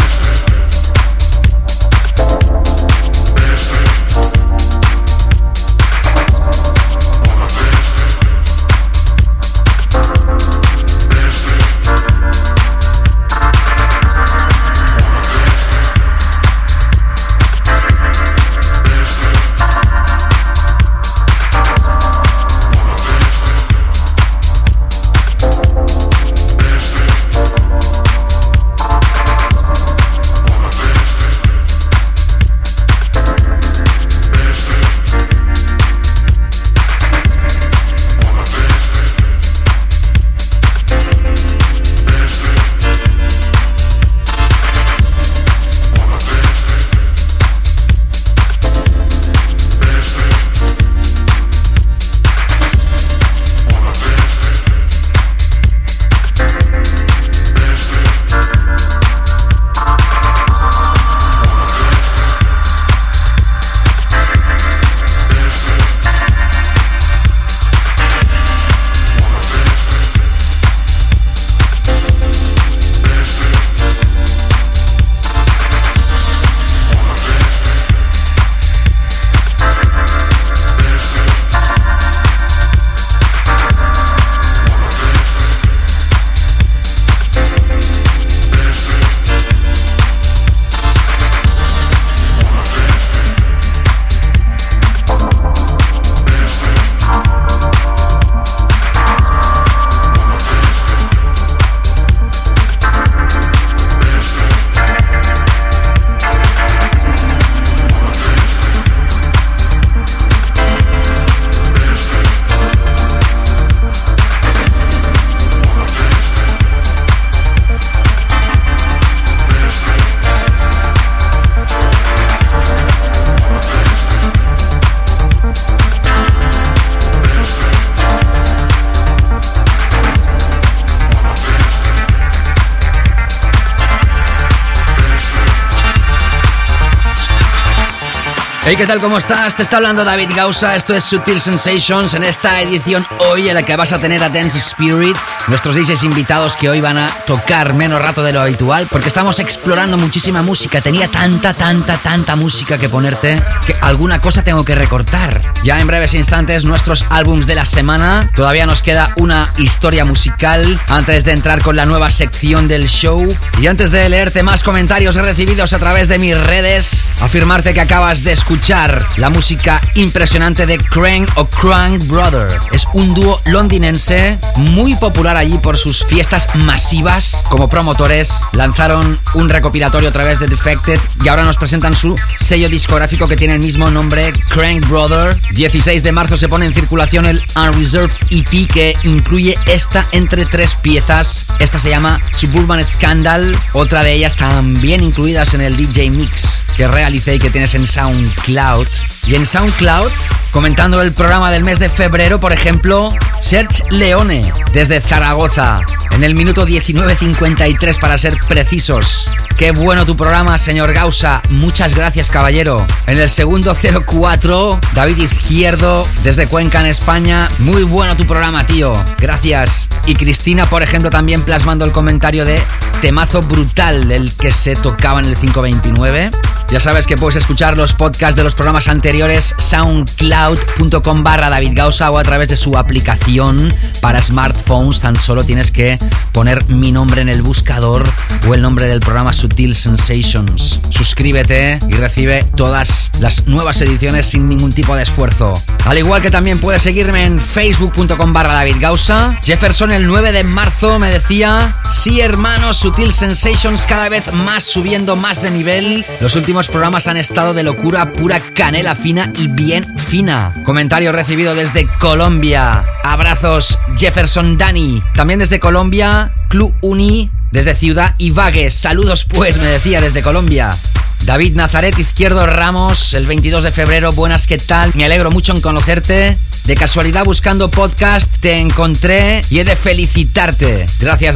Hey, ¿qué tal? ¿Cómo estás? Te está hablando David Gausa. Esto es Sutil Sensations en esta edición hoy en la que vas a tener a Dance Spirit, nuestros D Js invitados que hoy van a tocar menos rato de lo habitual porque estamos explorando muchísima música. Tenía tanta, tanta, tanta música que ponerte que alguna cosa tengo que recortar. Ya en breves instantes nuestros álbums de la semana. Todavía nos queda una historia musical antes de entrar con la nueva sección del show. Y antes de leerte más comentarios recibidos a través de mis redes, afirmarte que acabas de escuchar la música impresionante de Crank o Crank Brother. Es un dúo londinense muy popular allí por sus fiestas masivas. Como promotores lanzaron un recopilatorio a través de Defected y ahora nos presentan su sello discográfico que tiene el mismo nombre, Crank Brother. dieciséis de marzo se pone en circulación el Unreserved E P que incluye esta entre tres piezas. Esta se llama Suburban Scandal, otra de ellas también incluidas en el D J Mix que realicé y que tienes en SoundCloud. Y en SoundCloud, comentando el programa del mes de febrero, por ejemplo, Serge Leone, desde Zaragoza, en el minuto diecinueve cincuenta y tres para ser precisos. Qué bueno tu programa, señor Gausa. Muchas gracias, caballero. En el segundo cero cuatro, David Izquierdo, desde Cuenca, en España. Muy bueno tu programa, tío. Gracias. Y Cristina, por ejemplo, también plasmando el comentario de temazo brutal, el que se tocaba en el cinco veintinueve. Ya sabes que puedes escuchar los podcasts de los programas anteriores soundcloud.com barra David Gausa o a través de su aplicación para smartphones. Tan solo tienes que poner mi nombre en el buscador o el nombre del programa Sutil Sensations. Suscríbete y recibe todas las nuevas ediciones sin ningún tipo de esfuerzo. Al igual que también puedes seguirme en facebook.com barra David Gausa. Jefferson el nueve de marzo me decía: sí, hermanos, Sutil Sensations cada vez más, subiendo más de nivel. Los últimos programas han estado de locura, pura canela fina y bien fina. Comentario recibido desde Colombia. Abrazos, Jefferson Dani. También desde Colombia, Club Uni, desde Ciudad Ibagué. Saludos pues, me decía desde Colombia. David Nazaret Izquierdo Ramos, el veintidós de febrero. Buenas, ¿qué tal? Me alegro mucho en conocerte. De casualidad, buscando podcast, te encontré y he de felicitarte. Gracias, David.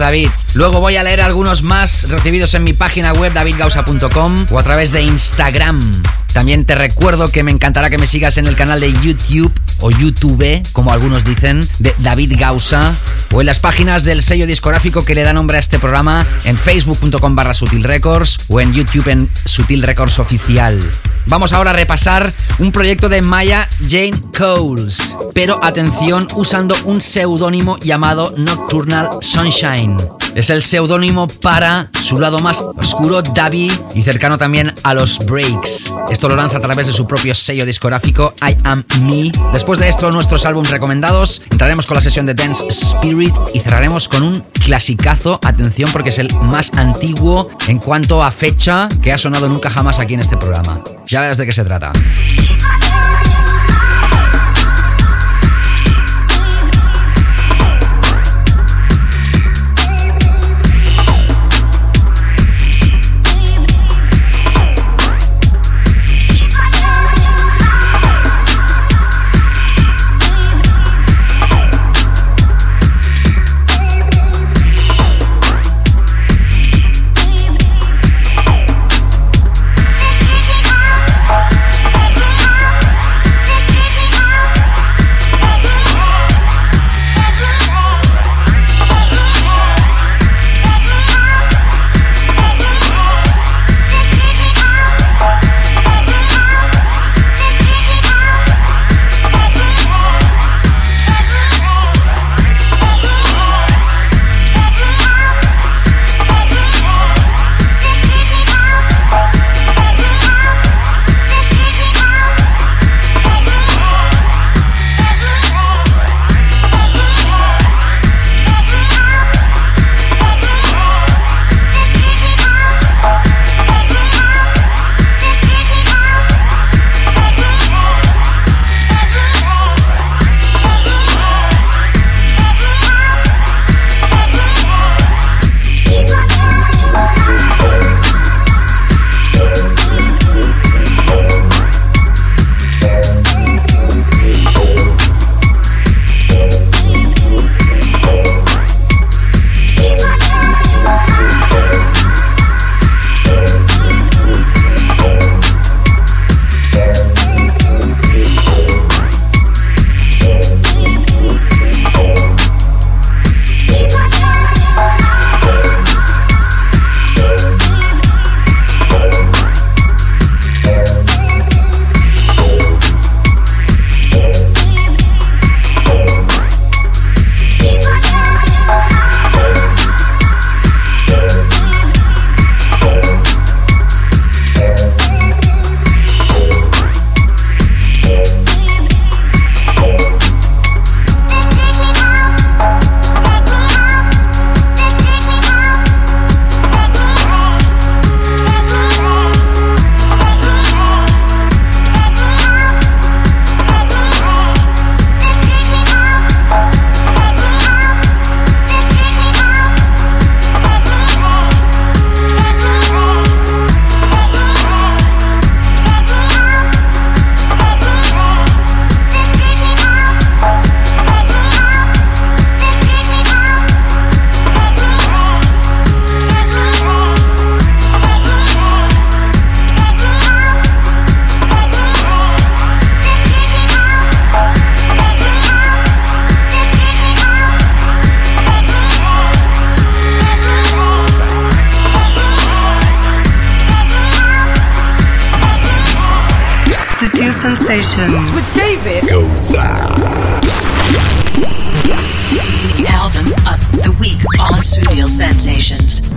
Luego voy a leer algunos más recibidos en mi página web david gausa punto com o a través de Instagram. También te recuerdo que me encantará que me sigas en el canal de YouTube o YouTube, como algunos dicen, de David Gausa, o en las páginas del sello discográfico que le da nombre a este programa en facebook punto com barra Sutil Records o en YouTube en Sutil Records Oficial. Vamos ahora a repasar un proyecto de Maya Jane Coles, pero atención, usando un seudónimo llamado Nocturnal Sunshine. Es el seudónimo para su lado más oscuro, Davi, y cercano también a los breaks. Esto lo lanza a través de su propio sello discográfico I Am Me. Después de esto, nuestros álbumes recomendados, entraremos con la sesión de Dance Spirit y cerraremos con un clasicazo, atención porque es el más antiguo en cuanto a fecha que ha sonado nunca jamás aquí en este programa. Ya verás de qué se trata. Sensations with David Gausa. The album of the week on Sutil Sensations.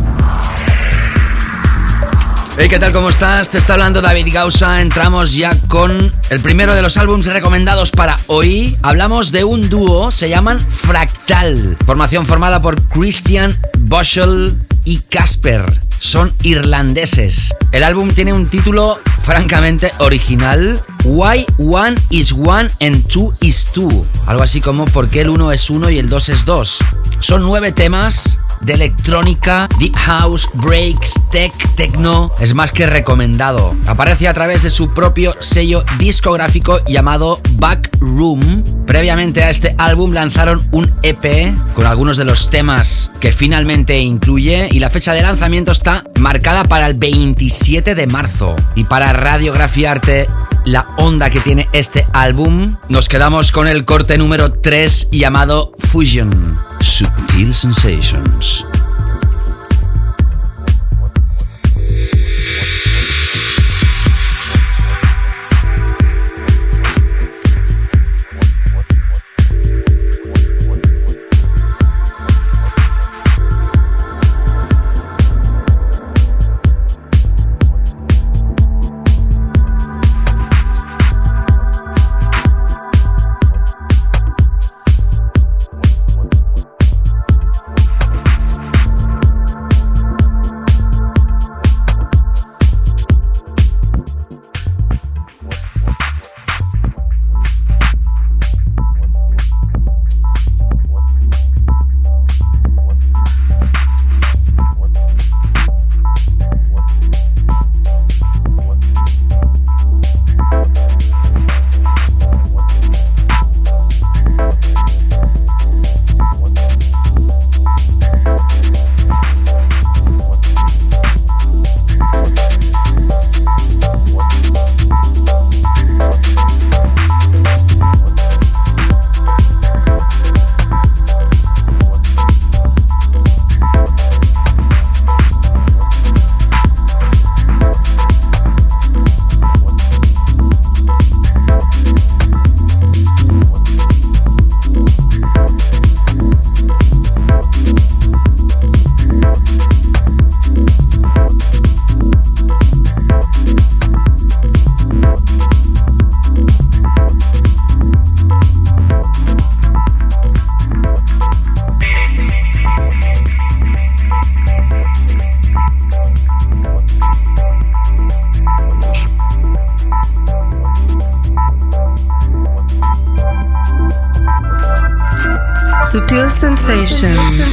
Hey, ¿qué tal? ¿Cómo estás? Te está hablando David Gausa. Entramos ya con el primero de los álbumes recomendados para hoy. Hablamos de un dúo, se llaman Fractal. Formación formada por Christian Bushell y Casper. Son irlandeses. El álbum tiene un título francamente original. Why One is One and Two is Two. Algo así como ¿por qué el uno es uno y el dos es dos? Son nueve temas de electrónica, deep house, breaks, tech, techno, es más que recomendado. Aparece a través de su propio sello discográfico llamado Backroom. Previamente a este álbum lanzaron un E P con algunos de los temas que finalmente incluye, y la fecha de lanzamiento está marcada para el veintisiete de marzo. Y para radiografiarte la onda que tiene este álbum, nos quedamos con el corte número tres llamado Fusion, Subtle Sensations. Subtle Sensations.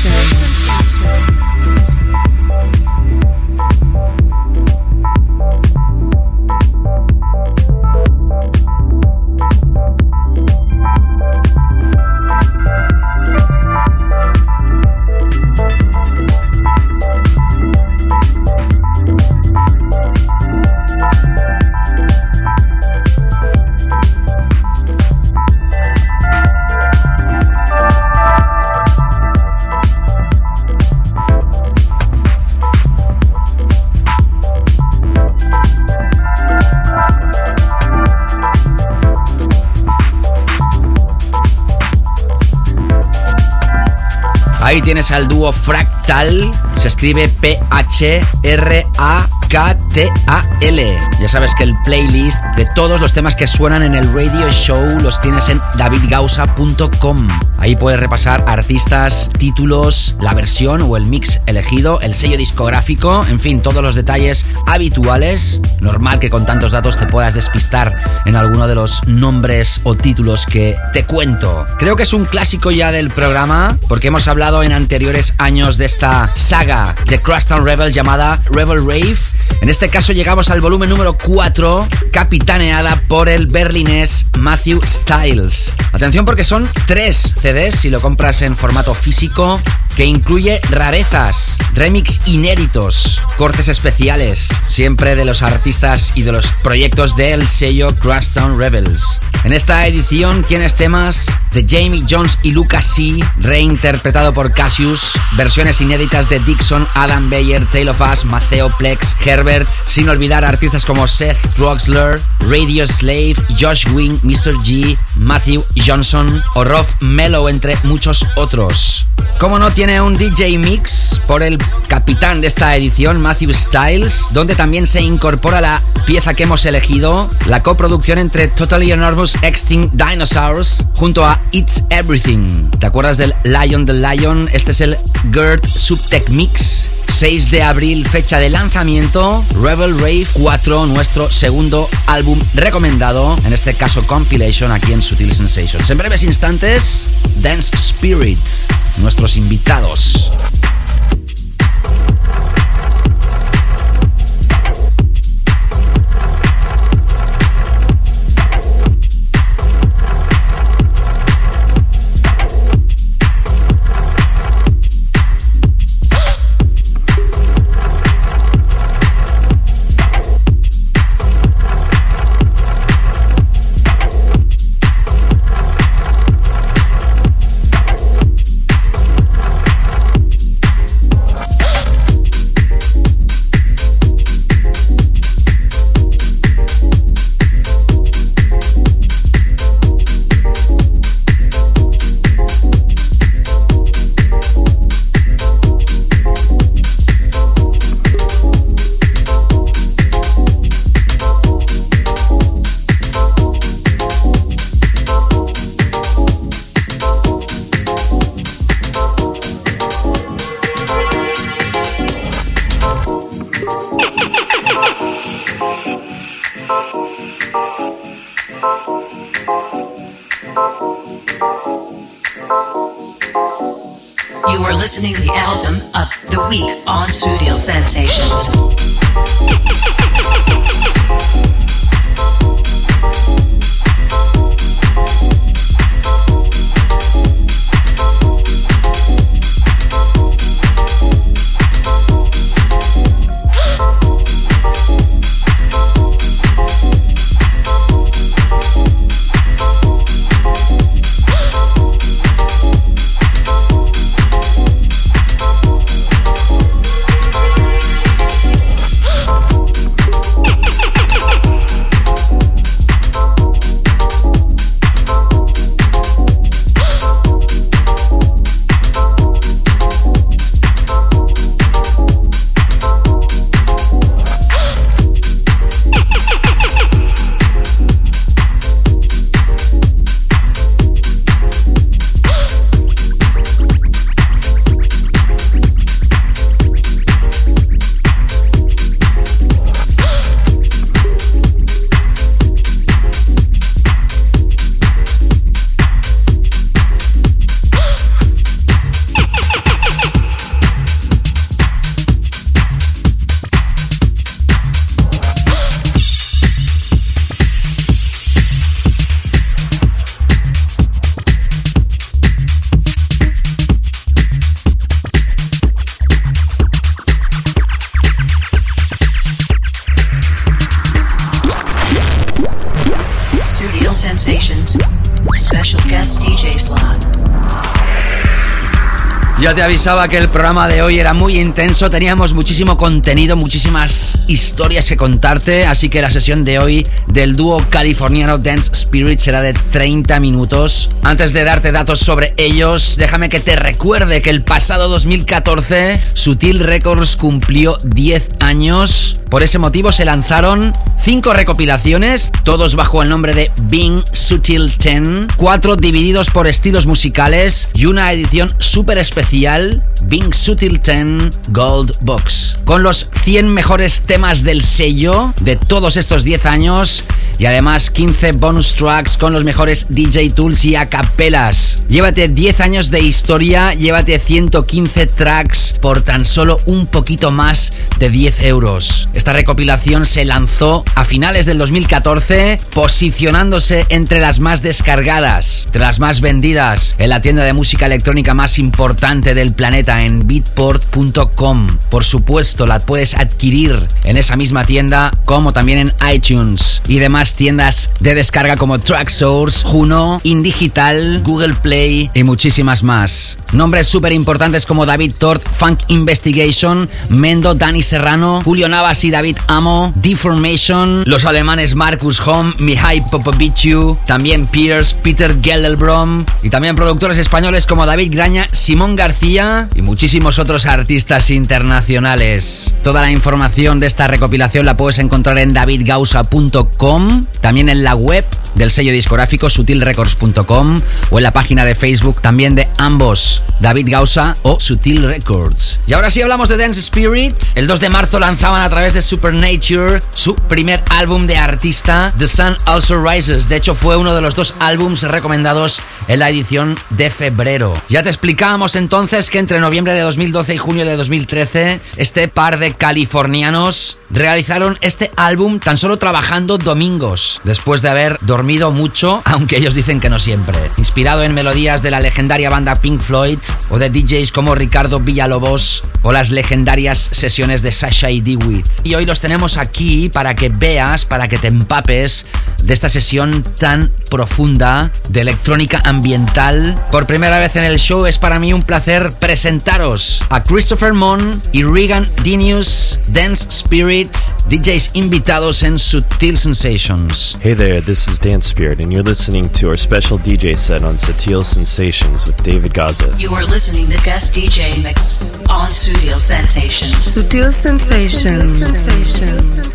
Ahí tienes al dúo Fractal, se escribe P H R A K T A L. Ya sabes que el playlist de todos los temas que suenan en el radio show los tienes en david gausa punto com. Ahí puedes repasar artistas, títulos, la versión o el mix elegido, el sello discográfico, en fin, todos los detalles habituales. Normal que con tantos datos te puedas despistar en alguno de los nombres o títulos que te cuento. Creo que es un clásico ya del programa, porque hemos hablado en anteriores años de esta saga de Crosstown Rebel llamada Rebel Rave. En este caso llegamos al volumen número cuatro, capitaneada por el berlinés Matthew Styles. Atención, porque son tres C Ds si lo compras en formato físico, que incluye rarezas, remix inéditos, cortes especiales, siempre de los artistas y de los proyectos del sello Crosstown Rebels. En esta edición tienes temas de Jamie Jones y Lucas C, reinterpretado por Cassius, versiones inéditas de Dixon, Adam Beyer, Tale of Us, Maceo Plex, Herbert, sin olvidar artistas como Seth Troxler, Radio Slave, Josh Wing, mister G, Matthew Johnson o Rob Mello, entre muchos otros. Como no, tiene un D J mix por el capitán de esta edición, Matthew Styles, donde también se incorpora la pieza que hemos elegido, la coproducción entre Totally Enormous Extinct Dinosaurs junto a It's Everything. ¿Te acuerdas del Lion the Lion? Este es el Gert Subtech Mix. seis de abril, fecha de lanzamiento, Rebel Rave cuatro, nuestro segundo álbum recomendado, en este caso compilation, aquí en Subtle Sensations. En breves instantes, Dance Spirit, nuestros invitados. listening to the album of the week on Studio Sensations. Ya te avisaba que el programa de hoy era muy intenso, teníamos muchísimo contenido, muchísimas historias que contarte, así que la sesión de hoy del dúo californiano Dance Spirit será de treinta minutos. Antes de darte datos sobre ellos, déjame que te recuerde que el pasado dos mil catorce Sutil Records cumplió diez años. Por ese motivo se lanzaron cinco recopilaciones, todos bajo el nombre de Being Sutil diez, cuatro divididos por estilos musicales y una edición súper especial, Being Sutil diez Gold Box, con los cien mejores temas del sello de todos estos diez años y además quince bonus tracks con los mejores D J tools y acapelas. Llévate diez años de historia, llévate ciento quince tracks por tan solo un poquito más de diez euros. Esta recopilación se lanzó a finales del dos mil catorce, posicionándose entre las más descargadas, entre las más vendidas en la tienda de música electrónica más importante del planeta, en beatport punto com. Por supuesto, la puedes adquirir en esa misma tienda, como también en iTunes y demás tiendas de descarga como Traxsource, Juno, Indigital, Google Play y muchísimas más. Nombres súper importantes como David Tort, Funk Investigation, Mendo, Dani Serrano, Julio Navas y David Amo, Deformation, los alemanes Marcus Hom, Mihai Popoviciu, también Pierce, Peter Geldelbrom y también productores españoles como David Graña, Simón García y muchísimos otros artistas internacionales. Toda la información de esta recopilación la puedes encontrar en david gausa punto com, también en la web del sello discográfico sutil records punto com o en la página de Facebook también de ambos, David Gausa o Sutil Records. Y ahora sí hablamos de Dance Spirit. El dos de marzo lanzaban a través de Supernature su primer álbum de artista, The Sun Also Rises. De hecho, fue uno de los dos álbums recomendados en la edición de febrero. Ya te explicábamos entonces que entre noviembre de dos mil doce y junio de dos mil trece, este par de californianos realizaron este álbum tan solo trabajando domingos, después de haber dormido mucho, aunque ellos dicen que no siempre. Inspirado en melodías de la legendaria banda Pink Floyd o de D Js como Ricardo Villalobos o las legendarias sesiones de Sasha y DeWitt. Y hoy los tenemos aquí para que veas, para que te empapes de esta sesión tan profunda de electrónica ambiental. Por primera vez en el show es para mí un placer presentaros a Christopher Mon y Regan Dinius, Dance Spirit, D Js invitados en Sutil Sensations. Hey there, this is Dance Spirit, and you're listening to our special D J set on Sutil Sensations with David Gaza. You are listening to guest D J mix on Studio Sensations. Sutil Sensations. Sensations.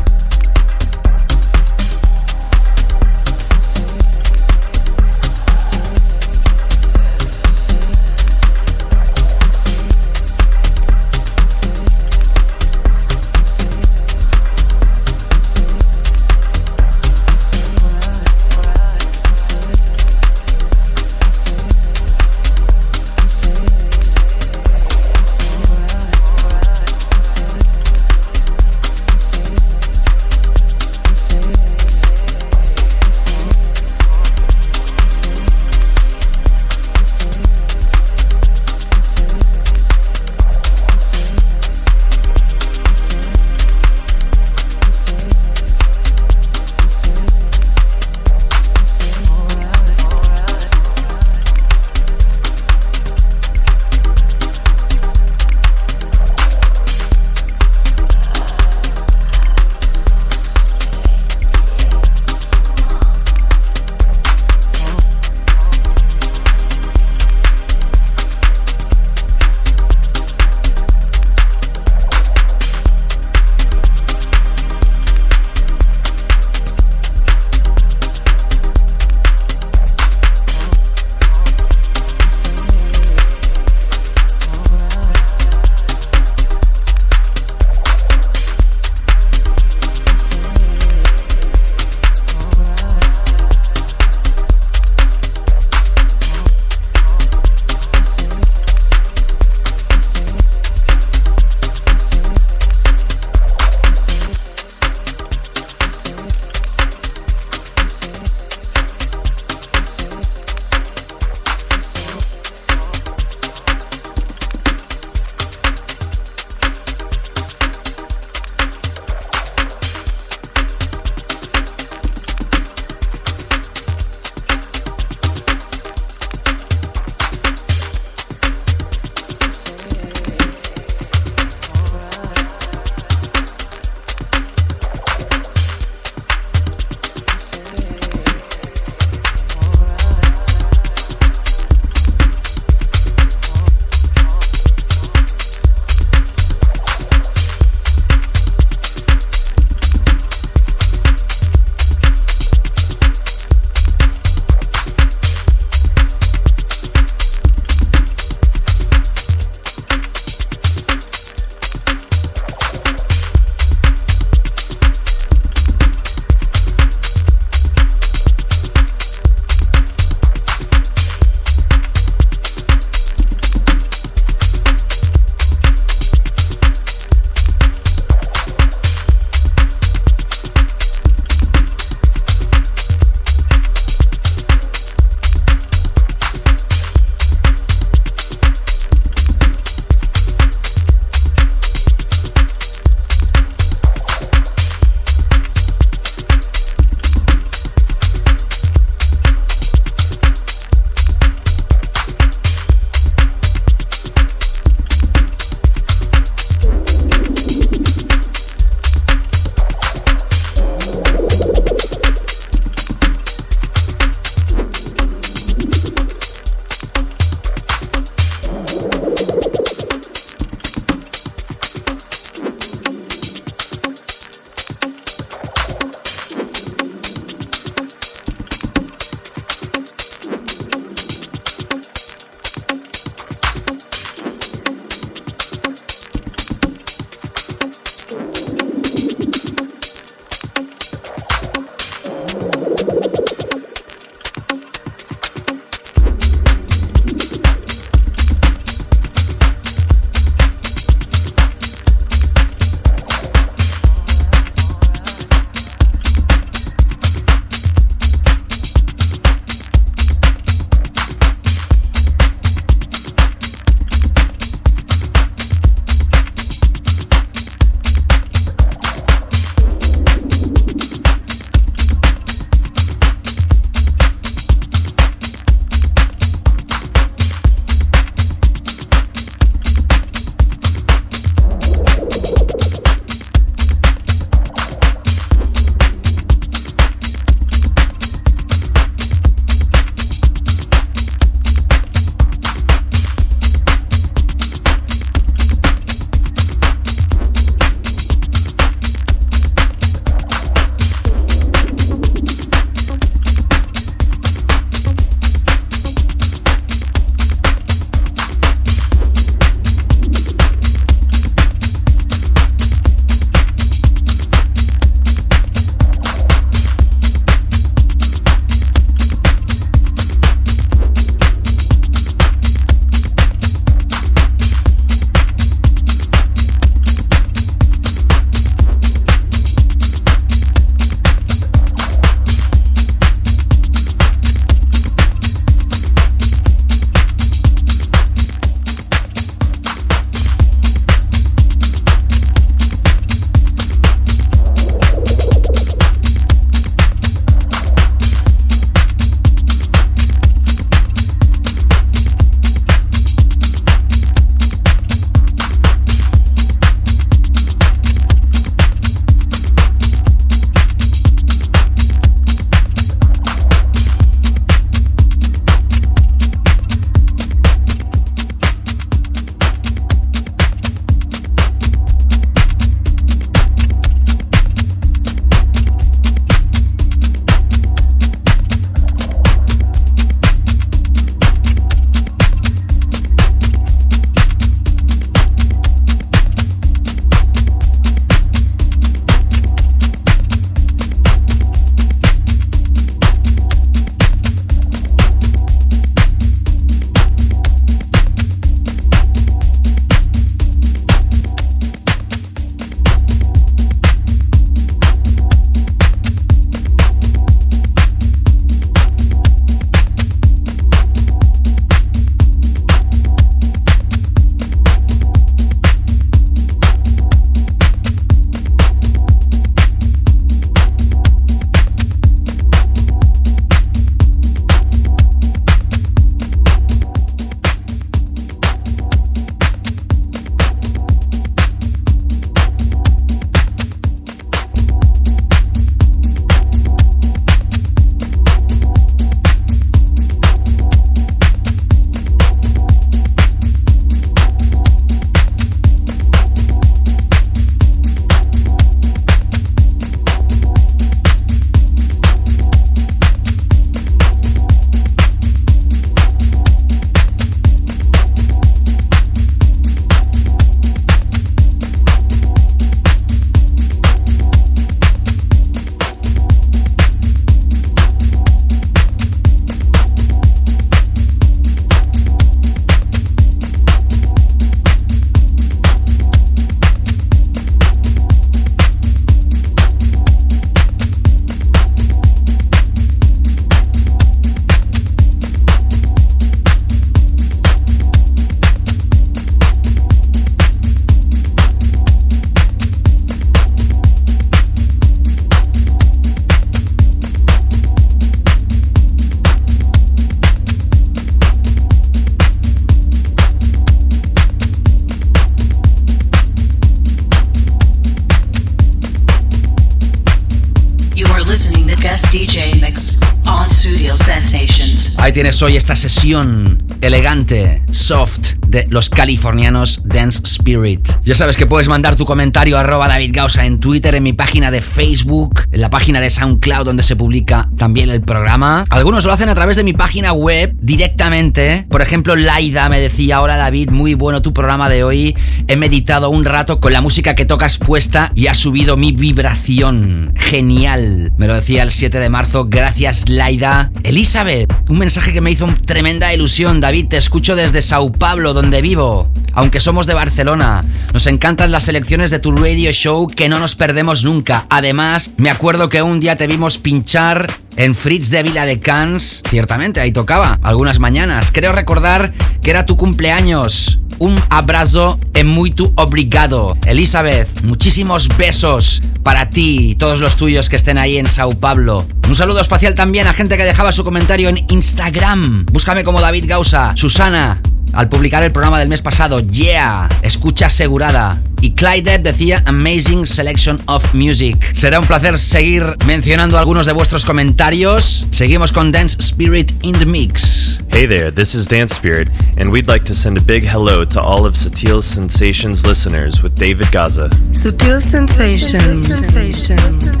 best D J mix on Studio Sensations. Ahí tienes hoy esta sesión elegante, soft, de los californianos Dance Spirit. Ya sabes que puedes mandar tu comentario a arroba David Gausa en Twitter, en mi página de Facebook, en la página de SoundCloud donde se publica también el programa. Algunos lo hacen a través de mi página web directamente. Por ejemplo, Laida me decía: hola David, muy bueno tu programa de hoy. He meditado un rato con la música que tocas puesta y ha subido mi vibración. Genial. Me lo decía el siete de marzo. Gracias, Laida. Elizabeth, un mensaje que me hizo tremenda ilusión. David, te escucho desde Sao Paulo, donde vivo, aunque somos de Barcelona. Nos encantan las selecciones de tu radio show que no nos perdemos nunca. Además, me acuerdo que un día te vimos pinchar en Fritz de Viladecans. Ciertamente, ahí tocaba algunas mañanas. Creo recordar que era tu cumpleaños. Un abrazo e muito obrigado. Elizabeth, muchísimos besos para ti y todos los tuyos que estén ahí en Sao Paulo. Un saludo especial también a gente que dejaba su comentario en Instagram. Búscame como David Gausa. Susana, al publicar el programa del mes pasado, yeah, escucha asegurada. Y Clyde decía amazing selection of music. Será un placer seguir mencionando algunos de vuestros comentarios. Seguimos con Dance Spirit in the Mix. Hey there, this is Dance Spirit, and we'd like to send a big hello to all of Sutil Sensations listeners with David Gausa. Sutil Sensations. Sensations.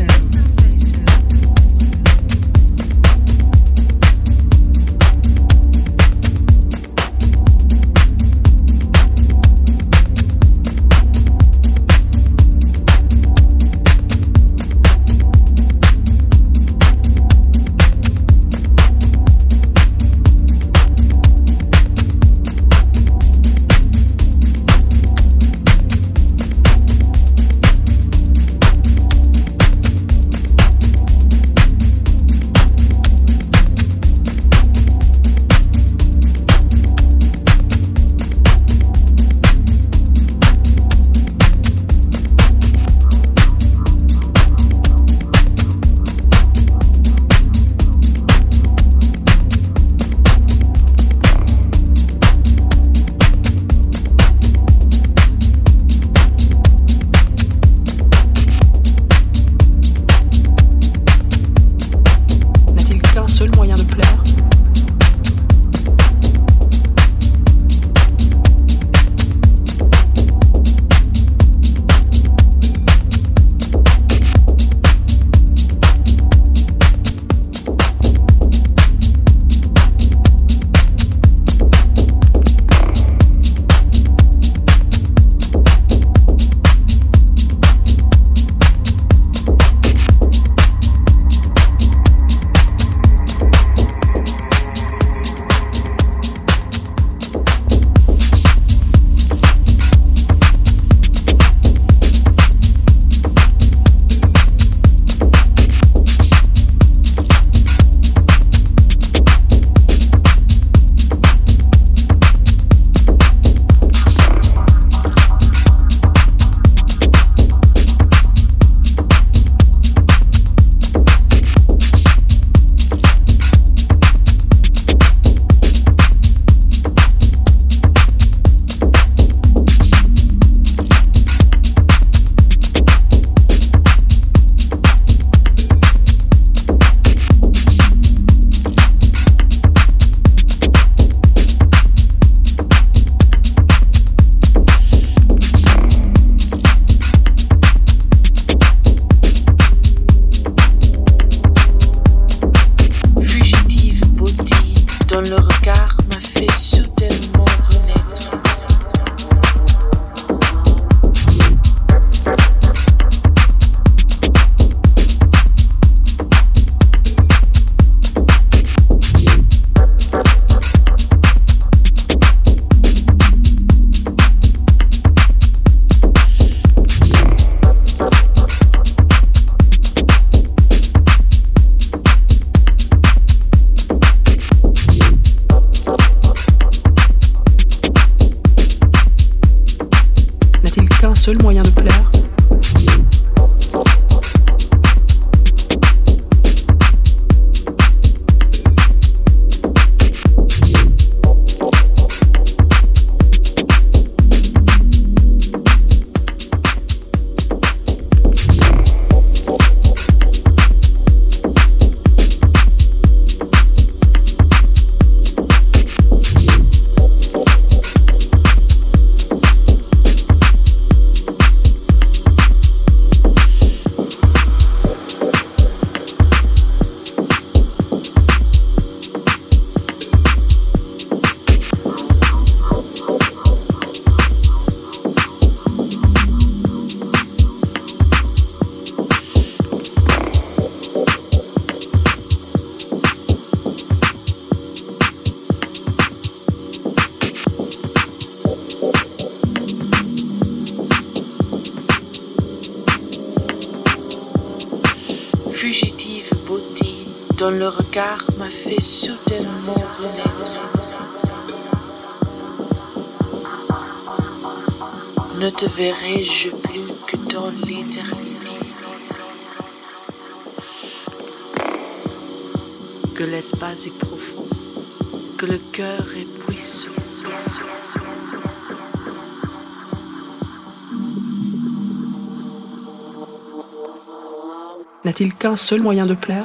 seul moyen de plaire. dont le regard m'a fait soudainement renaître. Ne te verrai-je plus que dans l'éternité. Que l'espace est profond, que le cœur est puissant. N'a-t-il qu'un seul moyen de plaire ?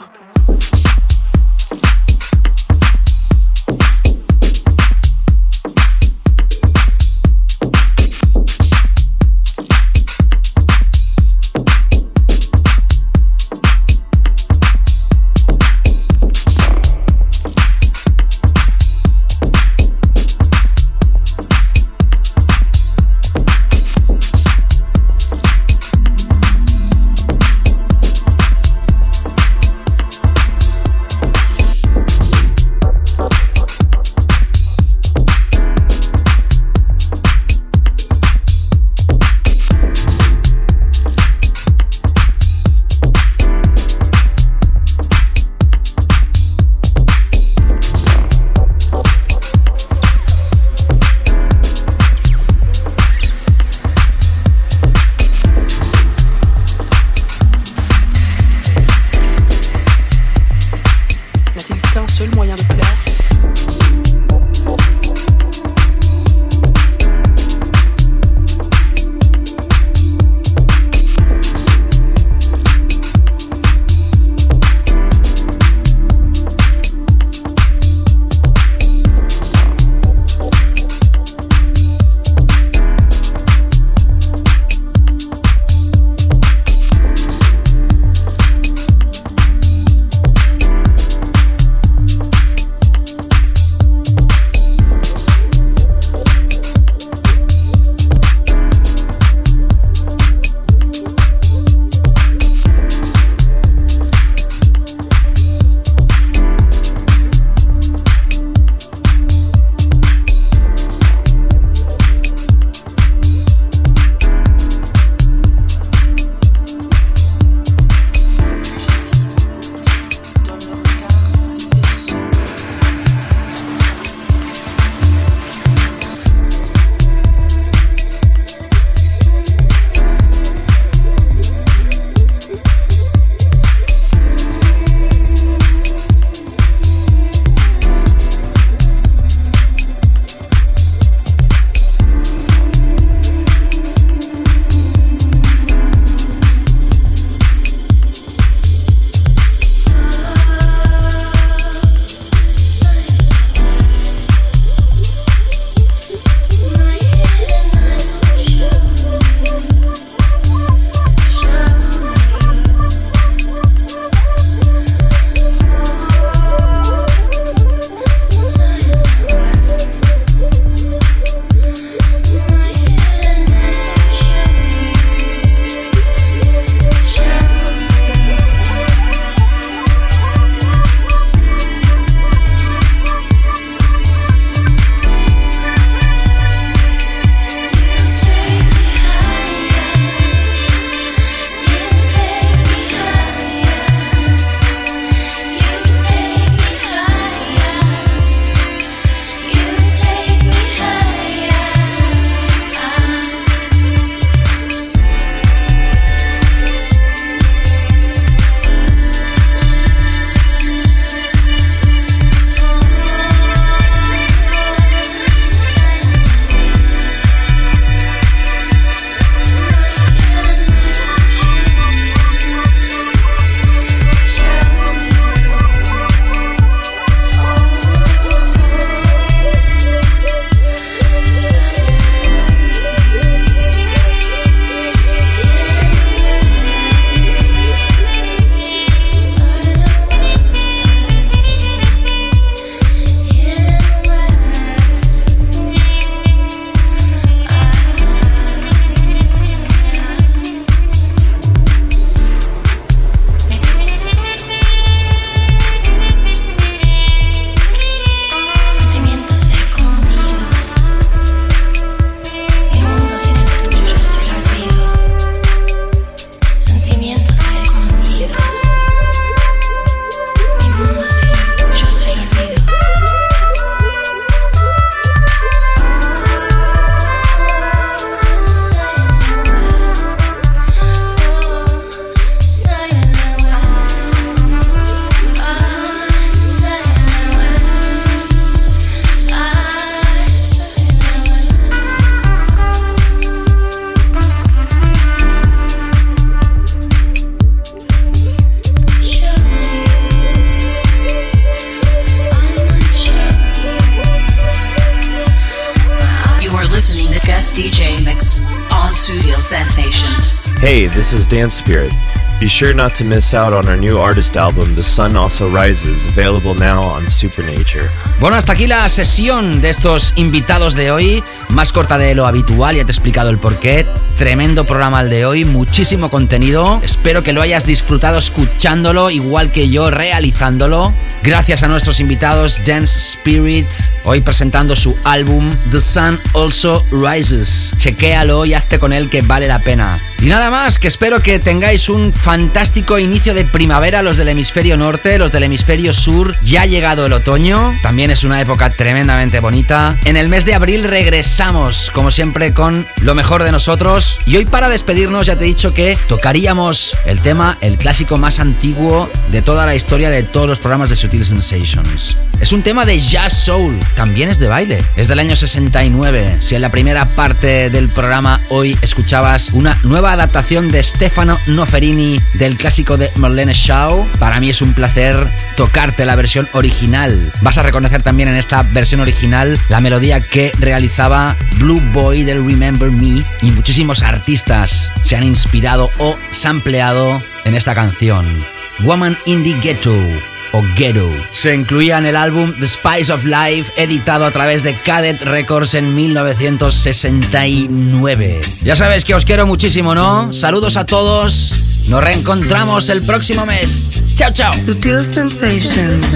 Sensations. Hey, this is Dance Spirit. Be sure not to miss out on our new artist album, The Sun Also Rises, available now on Supernature. Bueno, hasta aquí la sesión de estos invitados de hoy, más corta de lo habitual, ya te he explicado el porqué. Tremendo programa el de hoy, muchísimo contenido. Espero que lo hayas disfrutado escuchándolo, igual que yo realizándolo. Gracias a nuestros invitados Dance Spirit, hoy presentando su álbum The Sun Also Rises. Chequéalo y hazte con él, que vale la pena. Y nada más, que espero que tengáis un fantástico inicio de primavera, los del hemisferio norte, los del hemisferio sur. Ya ha llegado el otoño, también es una época tremendamente bonita. En el mes de abril regresamos, como siempre, con lo mejor de nosotros. Y hoy, para despedirnos, ya te he dicho que tocaríamos el tema, el clásico más antiguo de toda la historia de todos los programas de Sutil Sensations. Es un tema de jazz soul, también es de baile. Es del año sesenta y nueve. Si en la primera parte del programa hoy escuchabas una nueva adaptación de Stefano Noferini del clásico de Marlene Shaw, para mí es un placer tocarte la versión original. Vas a reconocer también en esta versión original la melodía que realizaba Blue Boy del Remember Me, y muchísimos artistas se han inspirado o sampleado en esta canción. Woman in the Ghetto o Ghetto se incluía en el álbum The Spice of Life, editado a través de Cadet Records en mil novecientos sesenta y nueve. Ya sabes que os quiero muchísimo, ¿no? Saludos a todos. Nos reencontramos el próximo mes. Chao, chao. Sutil Sensations.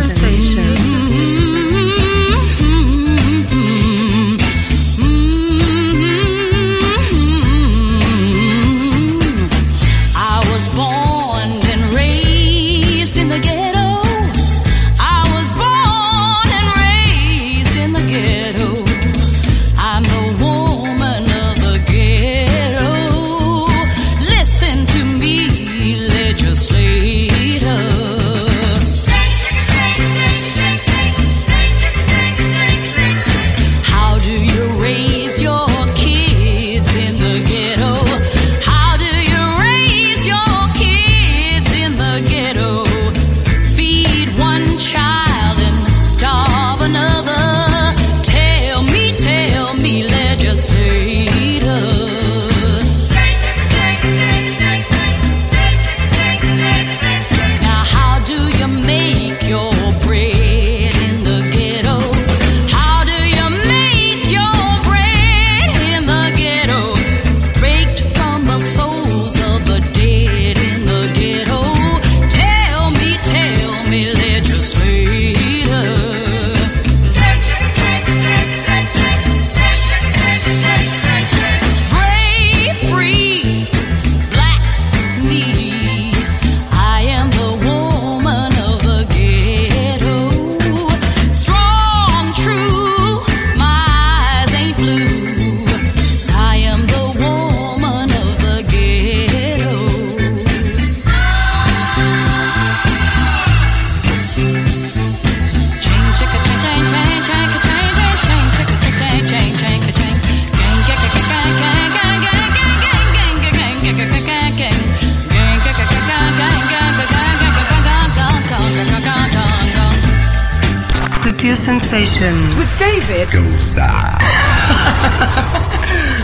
Sensations with David Gosa.